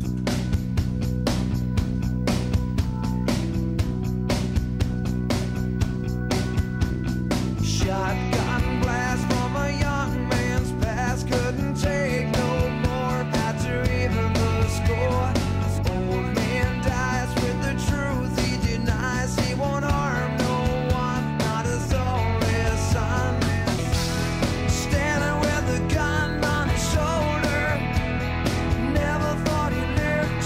Shotgun blast from a young man's past, couldn't take no more, had to even the score. This old man dies with the truth he denies. He won't harm no one, not his only son. Standing with a gun on his shoulder, never thought he'd live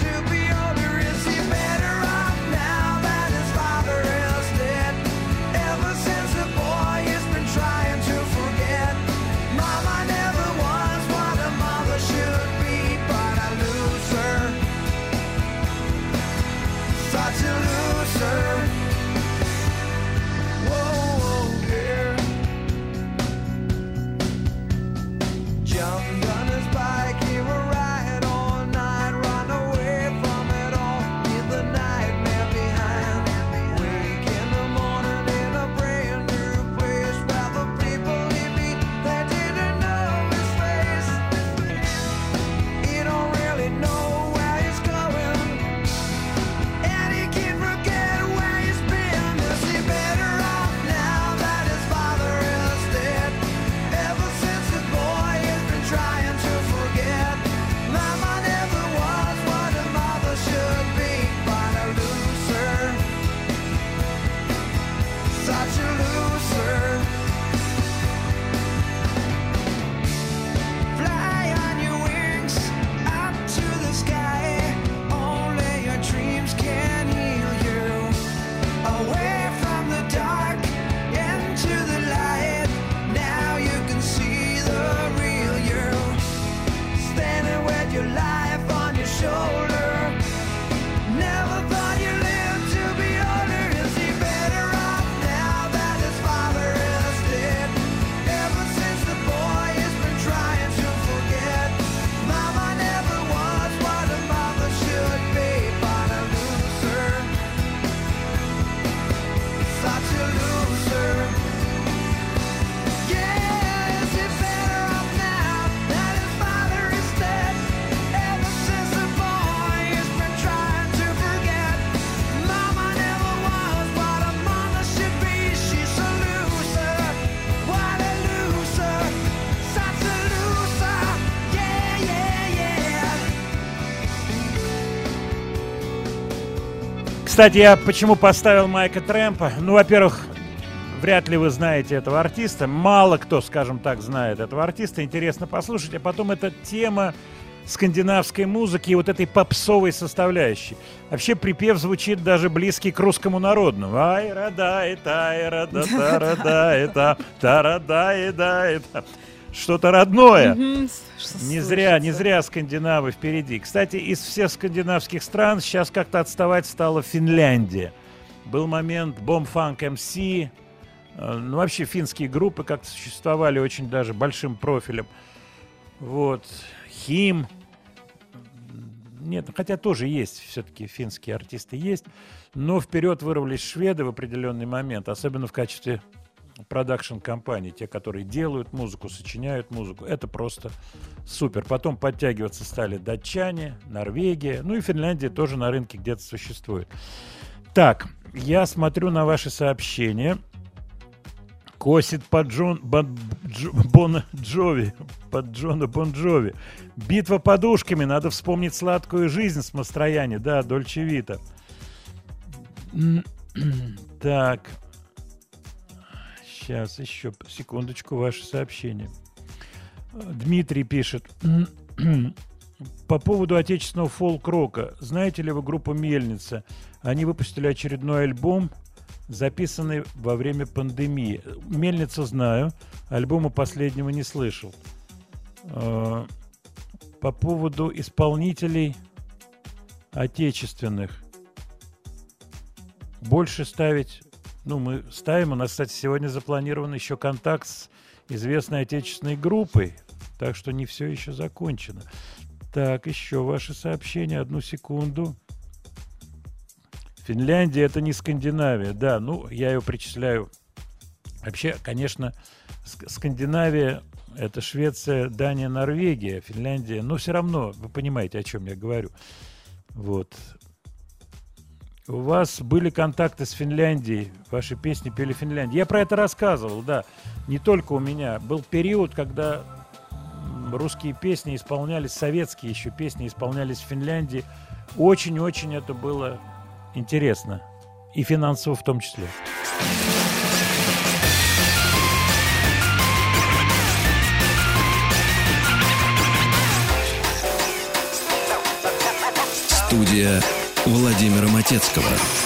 Кстати, я почему поставил Майка Трэмпа? Ну, во-первых, вряд ли вы знаете этого артиста. Мало кто, скажем так, знает этого артиста. Интересно послушать. А потом эта тема скандинавской музыки и вот этой попсовой составляющей. Вообще припев звучит даже близкий к русскому народному. Что-то родное. Не зря скандинавы впереди. Кстати, из всех скандинавских стран сейчас как-то отставать стала Финляндия. Был момент Bomb Funk MC. Ну, вообще финские группы как-то существовали очень даже большим профилем. Вот. Хим. Нет, хотя тоже есть, все-таки финские артисты есть. Но вперед вырвались шведы в определенный момент, особенно в качестве продакшн-компаний, те, которые делают музыку, сочиняют музыку. Это просто супер. Потом подтягиваться стали датчане, Норвегия. Ну и Финляндия тоже на рынке где-то существует. Так, я смотрю на ваши сообщения. Косит под Джона Бон Джови. Битва подушками. Надо вспомнить сладкую жизнь с Мастрояни. Да, Дольче Вита. Так. Сейчас еще секундочку ваше сообщение. Дмитрий пишет. По поводу отечественного фолк-рока. Знаете ли вы группу «Мельница»? Они выпустили очередной альбом, записанный во время пандемии. «Мельницу» знаю, альбома последнего не слышал. По поводу исполнителей отечественных. Больше ставить... Ну, мы ставим. У нас, кстати, сегодня запланирован еще контакт с известной отечественной группой. Так что не все еще закончено. Так, еще ваше сообщение. Одну секунду. Финляндия — это не Скандинавия. Да, ну, я ее причисляю. Вообще, конечно, Скандинавия — это Швеция, Дания, Норвегия, Финляндия. Но все равно, вы понимаете, о чем я говорю. Вот. У вас были контакты с Финляндией, ваши песни пели в Финляндии. Я про это рассказывал, да. Не только у меня. Был период, когда русские песни исполнялись, советские еще песни исполнялись в Финляндии. Очень-очень это было интересно. И финансово в том числе. Студия Владимира Матецкого.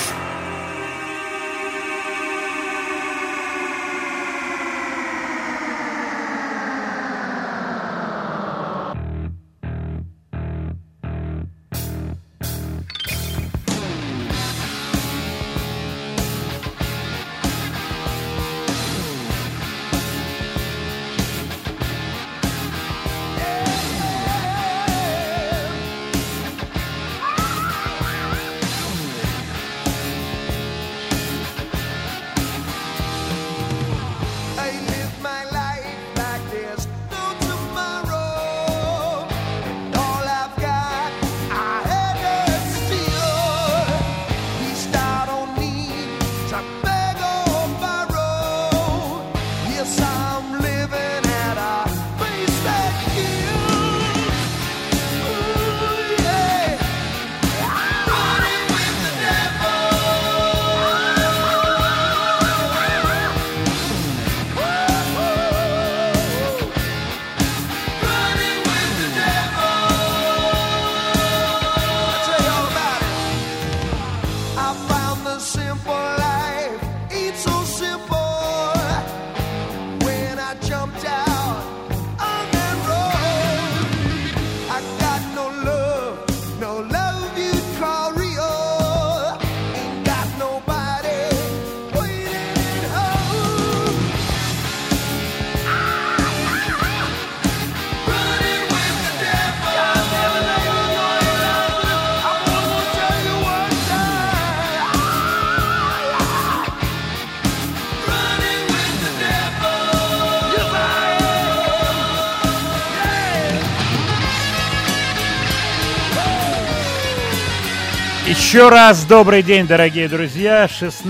Еще раз добрый день, дорогие друзья.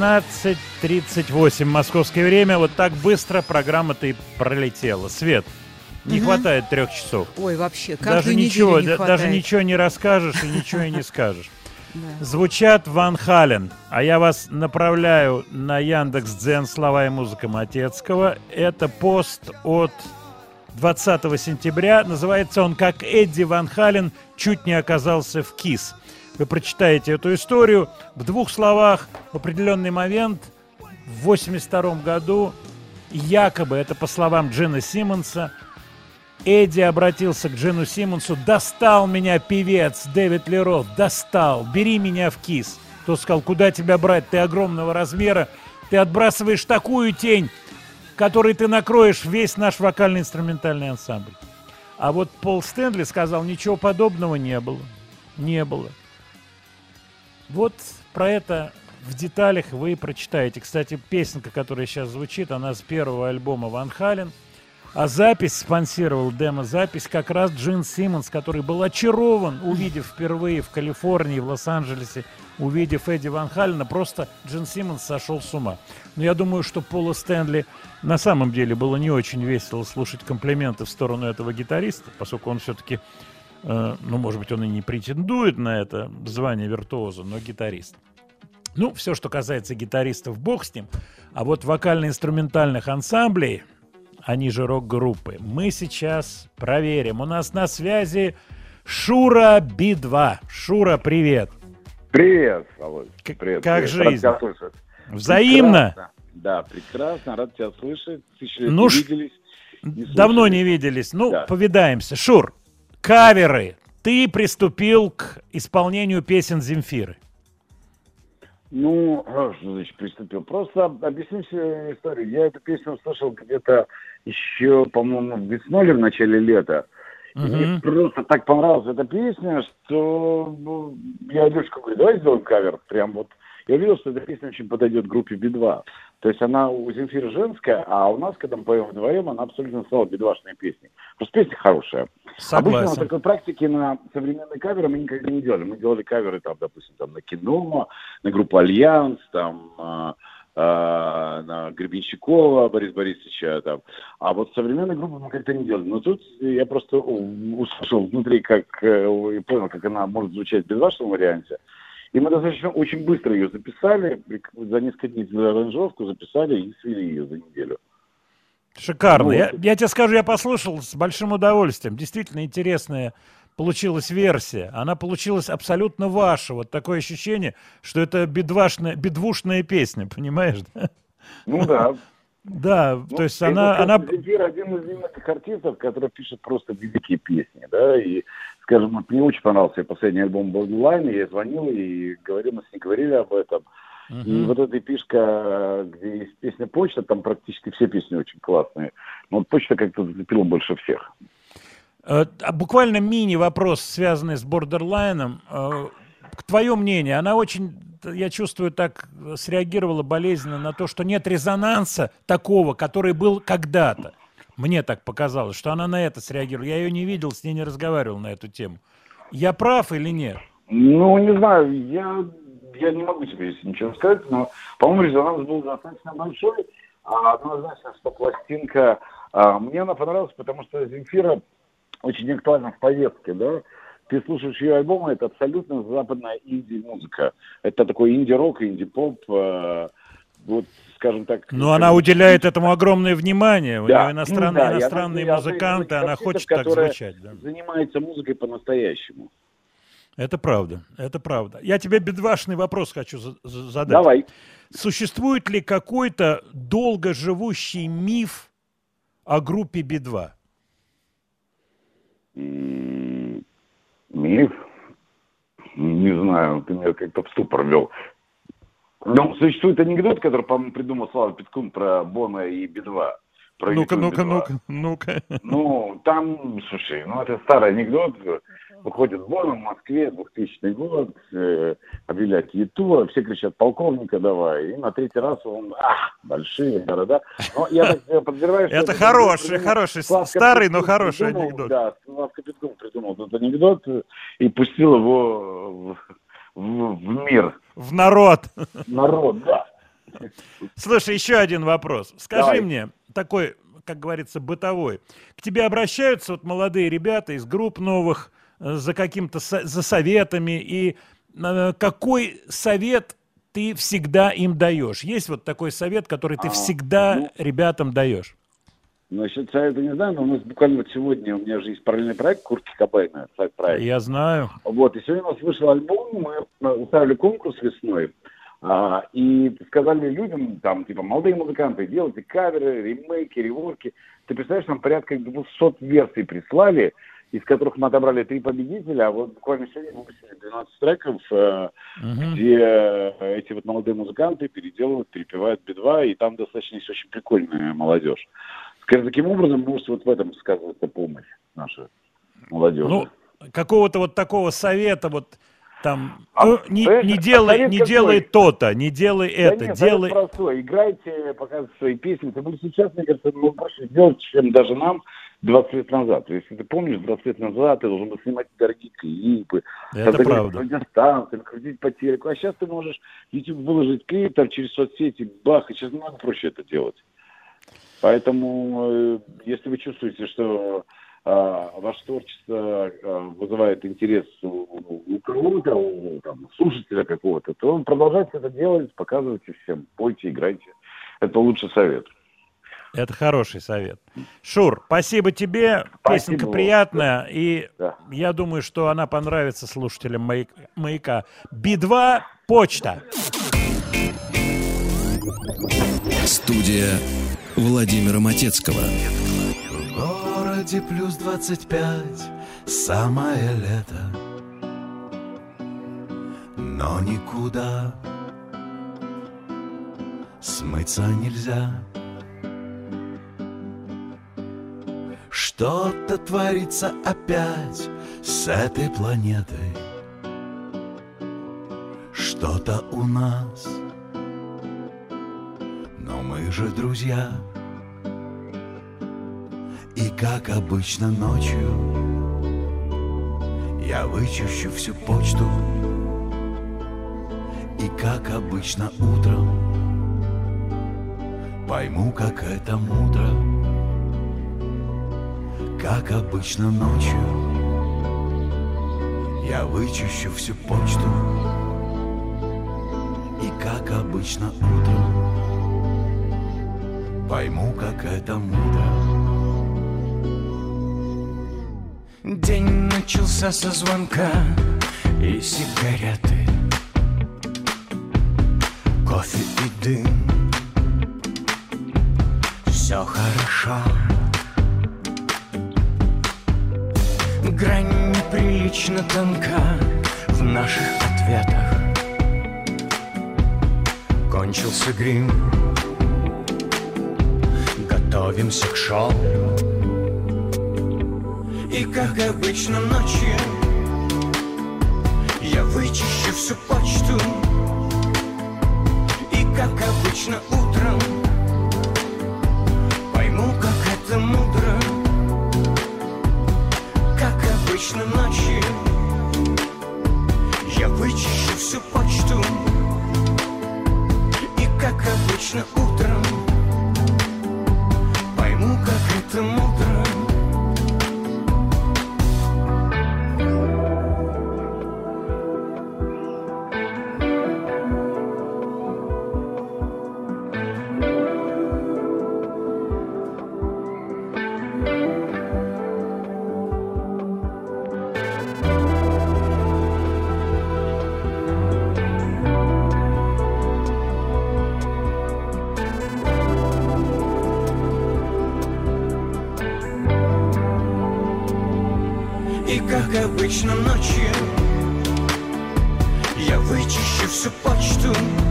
16:38 московское время. Вот так быстро программа-то и пролетела. Свет, не хватает 3 часов. Ой, вообще, даже каждую ничего, неделю не хватает. даже ничего не расскажешь и ничего и не скажешь. звучат Ван Хален. А я вас направляю на Яндекс.Дзен «Слова и музыка» Матецкого. Это пост от 20 сентября. Называется он «Как Эдди Ван Хален чуть не оказался в КИС». Вы прочитаете эту историю. В двух словах, в определенный момент, в 1982 году, якобы, это по словам Джина Симмонса, Эдди обратился к Джину Симмонсу: «Достал меня певец Дэвид Ли Рот, достал, бери меня в КИС». Тот сказал: «Куда тебя брать, ты огромного размера, ты отбрасываешь такую тень, которой ты накроешь весь наш вокально-инструментальный ансамбль». А вот Пол Стэнли сказал: «Ничего подобного не было, не было». Вот про это в деталях вы прочитаете. Кстати, песенка, которая сейчас звучит, она с первого альбома Ван Хален. А запись спонсировал, демо-запись, как раз Джин Симмонс, который был очарован, увидев впервые в Калифорнии, в Лос-Анджелесе, увидев Эдди Ван Халена. Просто Джин Симмонс сошел с ума. Но я думаю, что Полу Стэнли на самом деле было не очень весело слушать комплименты в сторону этого гитариста, поскольку он все-таки, ну, может быть, он и не претендует на это звание виртуоза, но гитарист. Ну, все, что касается гитаристов, бог с ним. А вот вокально-инструментальных ансамблей, они же рок-группы, мы сейчас проверим. У нас на связи Шура Би-2. Шура, привет. Привет, Володь. Привет. привет. Как жизнь? Рад тебя слышать. Взаимно? Прекрасно. Да, прекрасно, рад тебя слышать. Тысячу лет Ну, не виделись. Давно не виделись. Ну, да. Повидаемся. Шур, каверы. Ты приступил к исполнению песен Земфиры. Ну, что значит приступил? Просто объясню себе историю. Я эту песню услышал где-то еще, по-моему, весной или в начале лета. Мне просто так понравилась эта песня, что я девушка говорю: давай сделаем кавер. Прям вот. Я увидел, что эта песня очень подойдет группе Би-2. То есть она у Земфиры женская, а у нас, когда мы поем вдвоем, она абсолютно стала Би-2-шная песня. Просто песня хорошая. Согласен. Обычно такой практики на современные каверы мы никогда не делали. Мы делали каверы, там, допустим, там, на Кино, на группу Альянс, там, на Гребенщикова Бориса Борисовича. Там. А вот современные группы мы как-то не делали. Но тут я просто услышал внутри, как и понял, как она может звучать в Би-2-шном варианте. И мы достаточно очень быстро ее записали, за несколько дней сделали аранжировку, записали и свели ее за неделю. Шикарно. Ну, я тебе скажу, я послушал с большим удовольствием. Действительно интересная получилась версия. Она получилась абсолютно ваша. Вот такое ощущение, что это бидвушная песня, понимаешь? Ну да. Да, ну, то есть она... Земфира один из немногих артистов, который пишет просто великие песни, да, и, скажем, мне очень понравился последний альбом Borderline, я звонил и говорил, мы с ней говорили об этом. И вот эта эпишка, где есть песня «Почта», там практически все песни очень классные. Но вот «Почта» как-то зацепила больше всех. Буквально мини-вопрос, связанный с Borderline. Твое мнение, она очень, я чувствую, так среагировала болезненно на то, что нет резонанса такого, который был когда-то. Мне так показалось, что она на это среагировала. Я ее не видел, с ней не разговаривал на эту тему. Я прав или нет? Ну, не знаю, я не могу тебе ничего сказать, но, по-моему, резонанс был достаточно большой. Однозначно, что пластинка... мне она понравилась, потому что Земфира очень актуальна в повестке, да? Ты слушаешь ее альбомы, это абсолютно западная инди-музыка. Это такой инди-рок, инди-поп, вот, скажем так... Но она уделяет этому огромное внимание. У нее иностранные музыканты, она хочет так звучать. Да. Занимается музыкой по-настоящему. Это правда, это правда. Я тебе бедвашный вопрос хочу задать. Давай. Существует ли какой-то долгоживущий миф о группе Би-2? Миф? Не знаю, ты меня как-то в ступор ввел. Ну, существует анекдот, который, по-моему, придумал Слава Петкун про Бона и Би-2. Ну-ка. Ну, там, слушай, это старый анекдот. Выходит Бон в Москве, 2000 год, объявляет ЕТУ, все кричат: полковника давай. И на третий раз он, большие города. Но я так подозреваю, что... Это хороший, старый, но хороший анекдот. Да, Славка Петкун придумал этот анекдот и пустил его в мир. В народ. Народ, да. Слушай, еще один вопрос. Скажи мне, такой, как говорится, бытовой. К тебе обращаются вот молодые ребята из групп новых за каким-то за советами, и какой совет ты всегда им даешь? Есть вот такой совет, который ты всегда ребятам даешь? Насчет совета не знаю, но у нас буквально вот сегодня, у меня же есть параллельный проект Куртки Кобайна, сайт-проект. Я знаю. Вот, и сегодня у нас вышел альбом, мы устраивали конкурс весной, и сказали людям, там, типа, молодые музыканты, делайте каверы, ремейки, реворки. Ты представляешь, нам порядка 200 версий прислали, из которых мы отобрали 3 победителя, а вот буквально сегодня выпустили 12 треков, где эти вот молодые музыканты переделывают, перепевают Би-2, и там достаточно есть очень прикольная молодежь. Скажем, таким образом, может, вот в этом сказывается помощь наша молодежи. Ну, какого-то вот такого совета, вот там, не делай то-то, не делай это, нет, делай... совет простой. Играйте, показывайте свои песни. Тем более сейчас, мне кажется, мы больше делать, чем даже нам 20 лет назад. Если ты помнишь, 20 лет назад ты должен был снимать дорогие клипы, это правда. радиостанции, крутить по телеку. А сейчас ты можешь YouTube выложить клип там через соцсети, бах, и сейчас намного проще это делать. Поэтому, если вы чувствуете, что ваше творчество вызывает интерес у кого-то, у слушателя какого-то, то продолжайте это делать, показывайте всем, пойте, играйте. Это лучший совет. Это хороший совет. Шур, спасибо тебе. Спасибо. Песенка приятная, и да. Я думаю, что она понравится слушателям «Маяка». Би-2, почта. Студия Владимира Матецкого. В городе плюс 25, самое лето, но никуда смыться нельзя. Что-то творится опять с этой планетой, что-то у нас, но мы же друзья. И как обычно ночью я вычищу всю почту, и как обычно утром пойму, как это мудро. Как обычно ночью я вычищу всю почту, и как обычно утром пойму, как это мудро. День начался со звонка и сигареты, кофе и дым. Все хорошо. Грань неприлично тонка в наших ответах. Кончился грим, готовимся к шоу. И как обычно ночью я вычищу всю почту, и как обычно утром пойму, как это мудро. Как обычно ночью я вычищу всю почту, и как обычно утром пойму, как это мудро. Как обычно ночью я вычищу всю почту,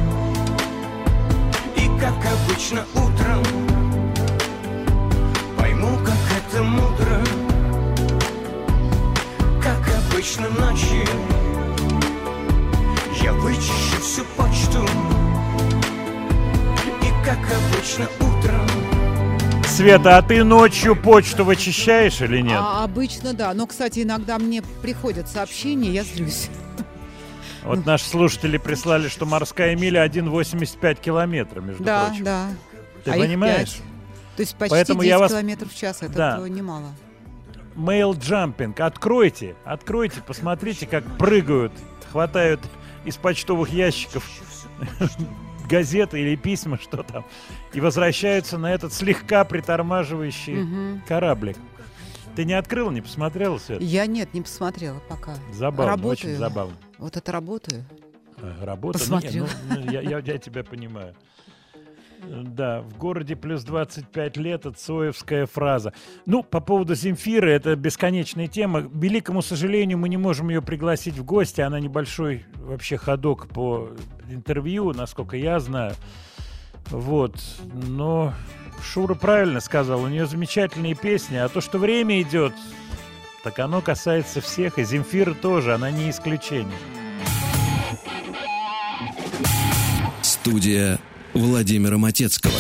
и как обычно утром пойму, как это мудро. Как обычно ночью я вычищу всю почту, и как обычно утром. Света, а ты ночью почту вычищаешь или нет? Обычно да, но, кстати, иногда мне приходят сообщения, я злюсь. Вот наши слушатели прислали, что морская миля 1,85 километра, между прочим. Да. Ты понимаешь? 5. То есть почти поэтому 10 вас... километров в час, это немало. Mail jumping. Откройте, посмотрите, как прыгают хватают из почтовых ящиков газеты или письма, что там, и возвращаются на этот слегка притормаживающий кораблик. Ты не открыла, не посмотрела, Свет? Я не посмотрела пока. Забавно, работаю. очень забавно. Вот это работаю. Работа? Посмотрю. Я тебя понимаю. Да, в городе плюс 25 лет, это цоевская фраза. Ну, по поводу Земфиры, это бесконечная тема. К великому сожалению, мы не можем ее пригласить в гости. Она небольшой вообще ходок по интервью, насколько я знаю. Вот, но Шура правильно сказал, у нее замечательные песни, а то, что время идет, так оно касается всех, и Земфира тоже, она не исключение. Студия Владимира Матецкого.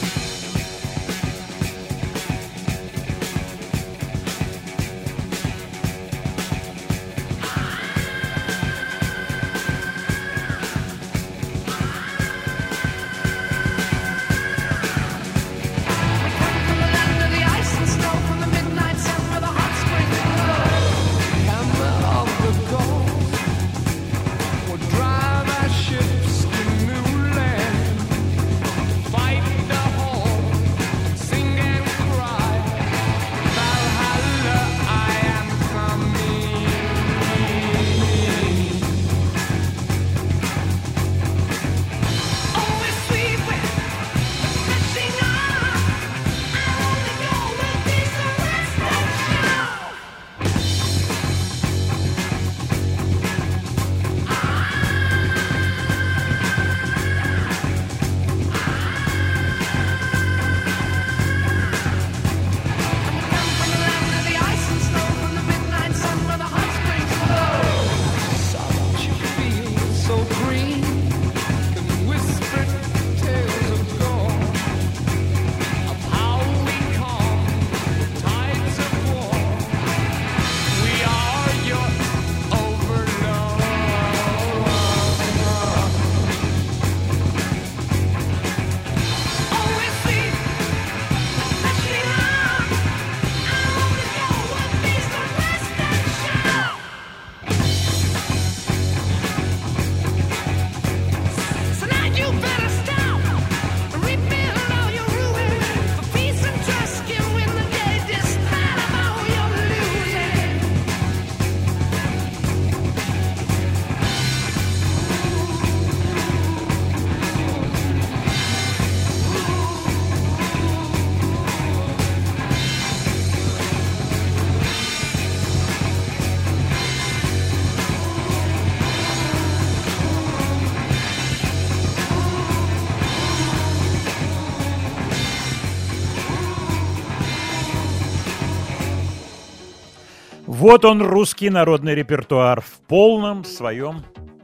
Вот он, русский народный репертуар в полном своем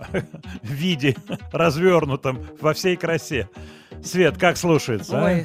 виде, развернутом во всей красе. Свет, как слушается? Ой,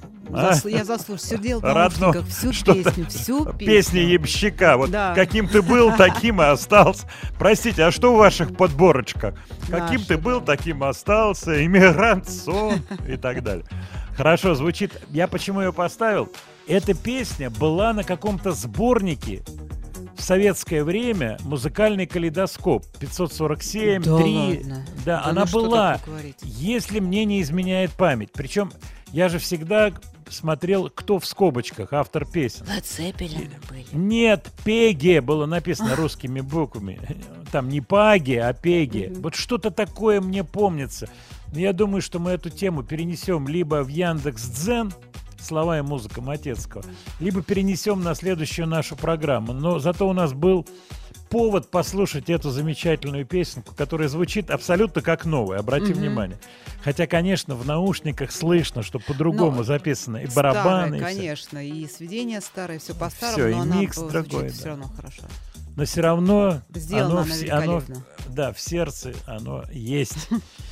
я заслушаю. Все дело в наушниках, всю песню, всю песню. Песня ямщика. Вот да. Каким ты был, таким и остался. Простите, а что в ваших подборочках? Каким ты был, таким и остался. Иммигрант, сон и так далее. Хорошо, звучит. Я почему ее поставил? Эта песня была на каком-то сборнике в советское время, музыкальный калейдоскоп 547, да 3. Ладно. Да, она была, если мне не изменяет память. Причем я же всегда смотрел, кто в скобочках, автор песен. Led Zeppelin были. Нет, Пеги было написано русскими буквами. Там не Паги, а Пеги. Вот что-то такое мне помнится. Но я думаю, что мы эту тему перенесем либо в Яндекс.Дзен, слова и музыка Матецкого, либо перенесем на следующую нашу программу. Но зато у нас был повод послушать эту замечательную песенку, которая звучит абсолютно как новая, обрати внимание. Хотя, конечно, в наушниках слышно, что по-другому записано и барабаны. Старое, конечно, и сведения старые, все по-старому, все, но и она микс звучит другой, все равно хорошо. Но все равно сделано оно да, в сердце оно есть.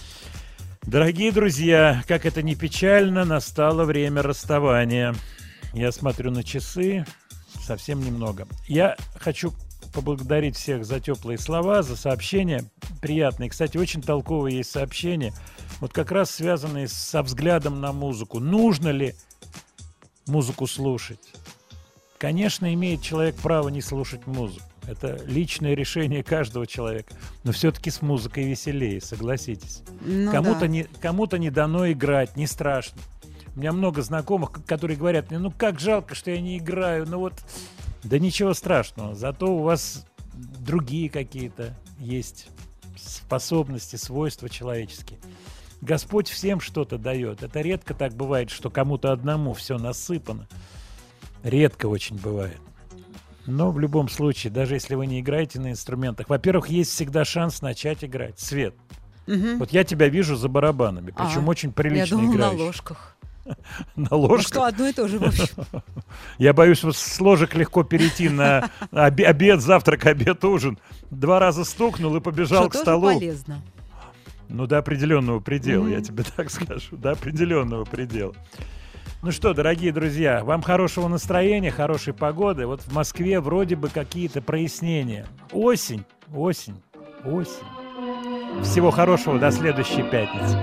Дорогие друзья, как это ни печально, настало время расставания. Я смотрю на часы, совсем немного. Я хочу поблагодарить всех за теплые слова, за сообщения приятные. Кстати, очень толковые есть сообщения, вот как раз связанные со взглядом на музыку. Нужно ли музыку слушать? Конечно, имеет человек право не слушать музыку. Это личное решение каждого человека. Но все-таки с музыкой веселее, согласитесь. Ну кому-то, да. кому-то не дано играть, не страшно. У меня много знакомых, которые говорят мне, ну как жалко, что я не играю. Ну вот, да ничего страшного. Зато у вас другие какие-то есть способности, свойства человеческие. Господь всем что-то дает. Это редко так бывает, что кому-то одному все насыпано. Редко очень бывает. Но в любом случае, даже если вы не играете на инструментах, во-первых, есть всегда шанс начать играть. Свет. Мгм. Вот я тебя вижу за барабанами, причем очень прилично Я думала, играешь. на ложках. На Ну ложках? что, одно и то же, в общем. Я боюсь, вот с ложек легко перейти на обед, завтрак, обед, ужин. 2 раза стукнул и побежал Что к тоже столу. полезно. Ну, до определенного предела, я Мгм. тебе так скажу. До определенного предела. Ну что, дорогие друзья, вам хорошего настроения, хорошей погоды. Вот в Москве вроде бы какие-то прояснения. Осень, осень, осень. Всего хорошего, до следующей пятницы.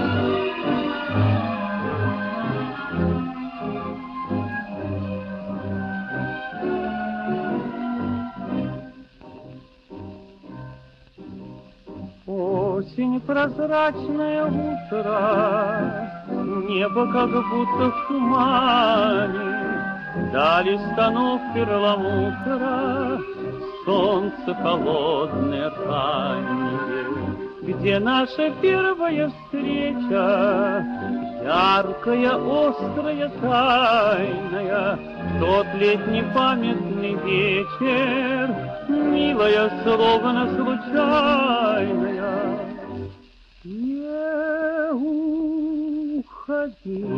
Осень, прозрачное утро, небо как будто в тумане, дали станов перламутра, солнце холодное раннее. Где наша первая встреча, яркая, острая, тайная, тот летний памятный вечер, милая, словно случайная. Не уходи,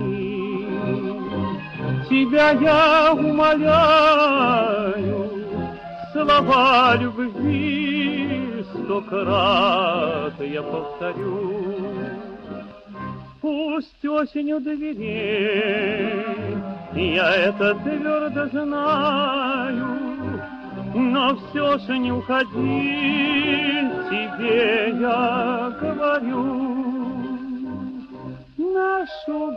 тебя я умоляю, слова любви 100 крат я повторю. Пусть осень у дверей, я это твердо знаю, но все же не уходи, тебе я говорю. Наш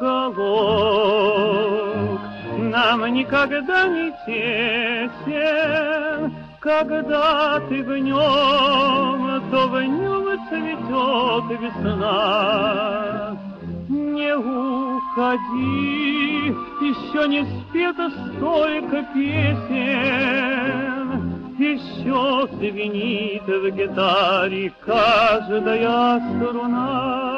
уголок нам никогда не тесен, когда ты в нем, то в нем цветет весна. Не уходи, еще не спето столько песен, еще звенит в гитаре каждая струна.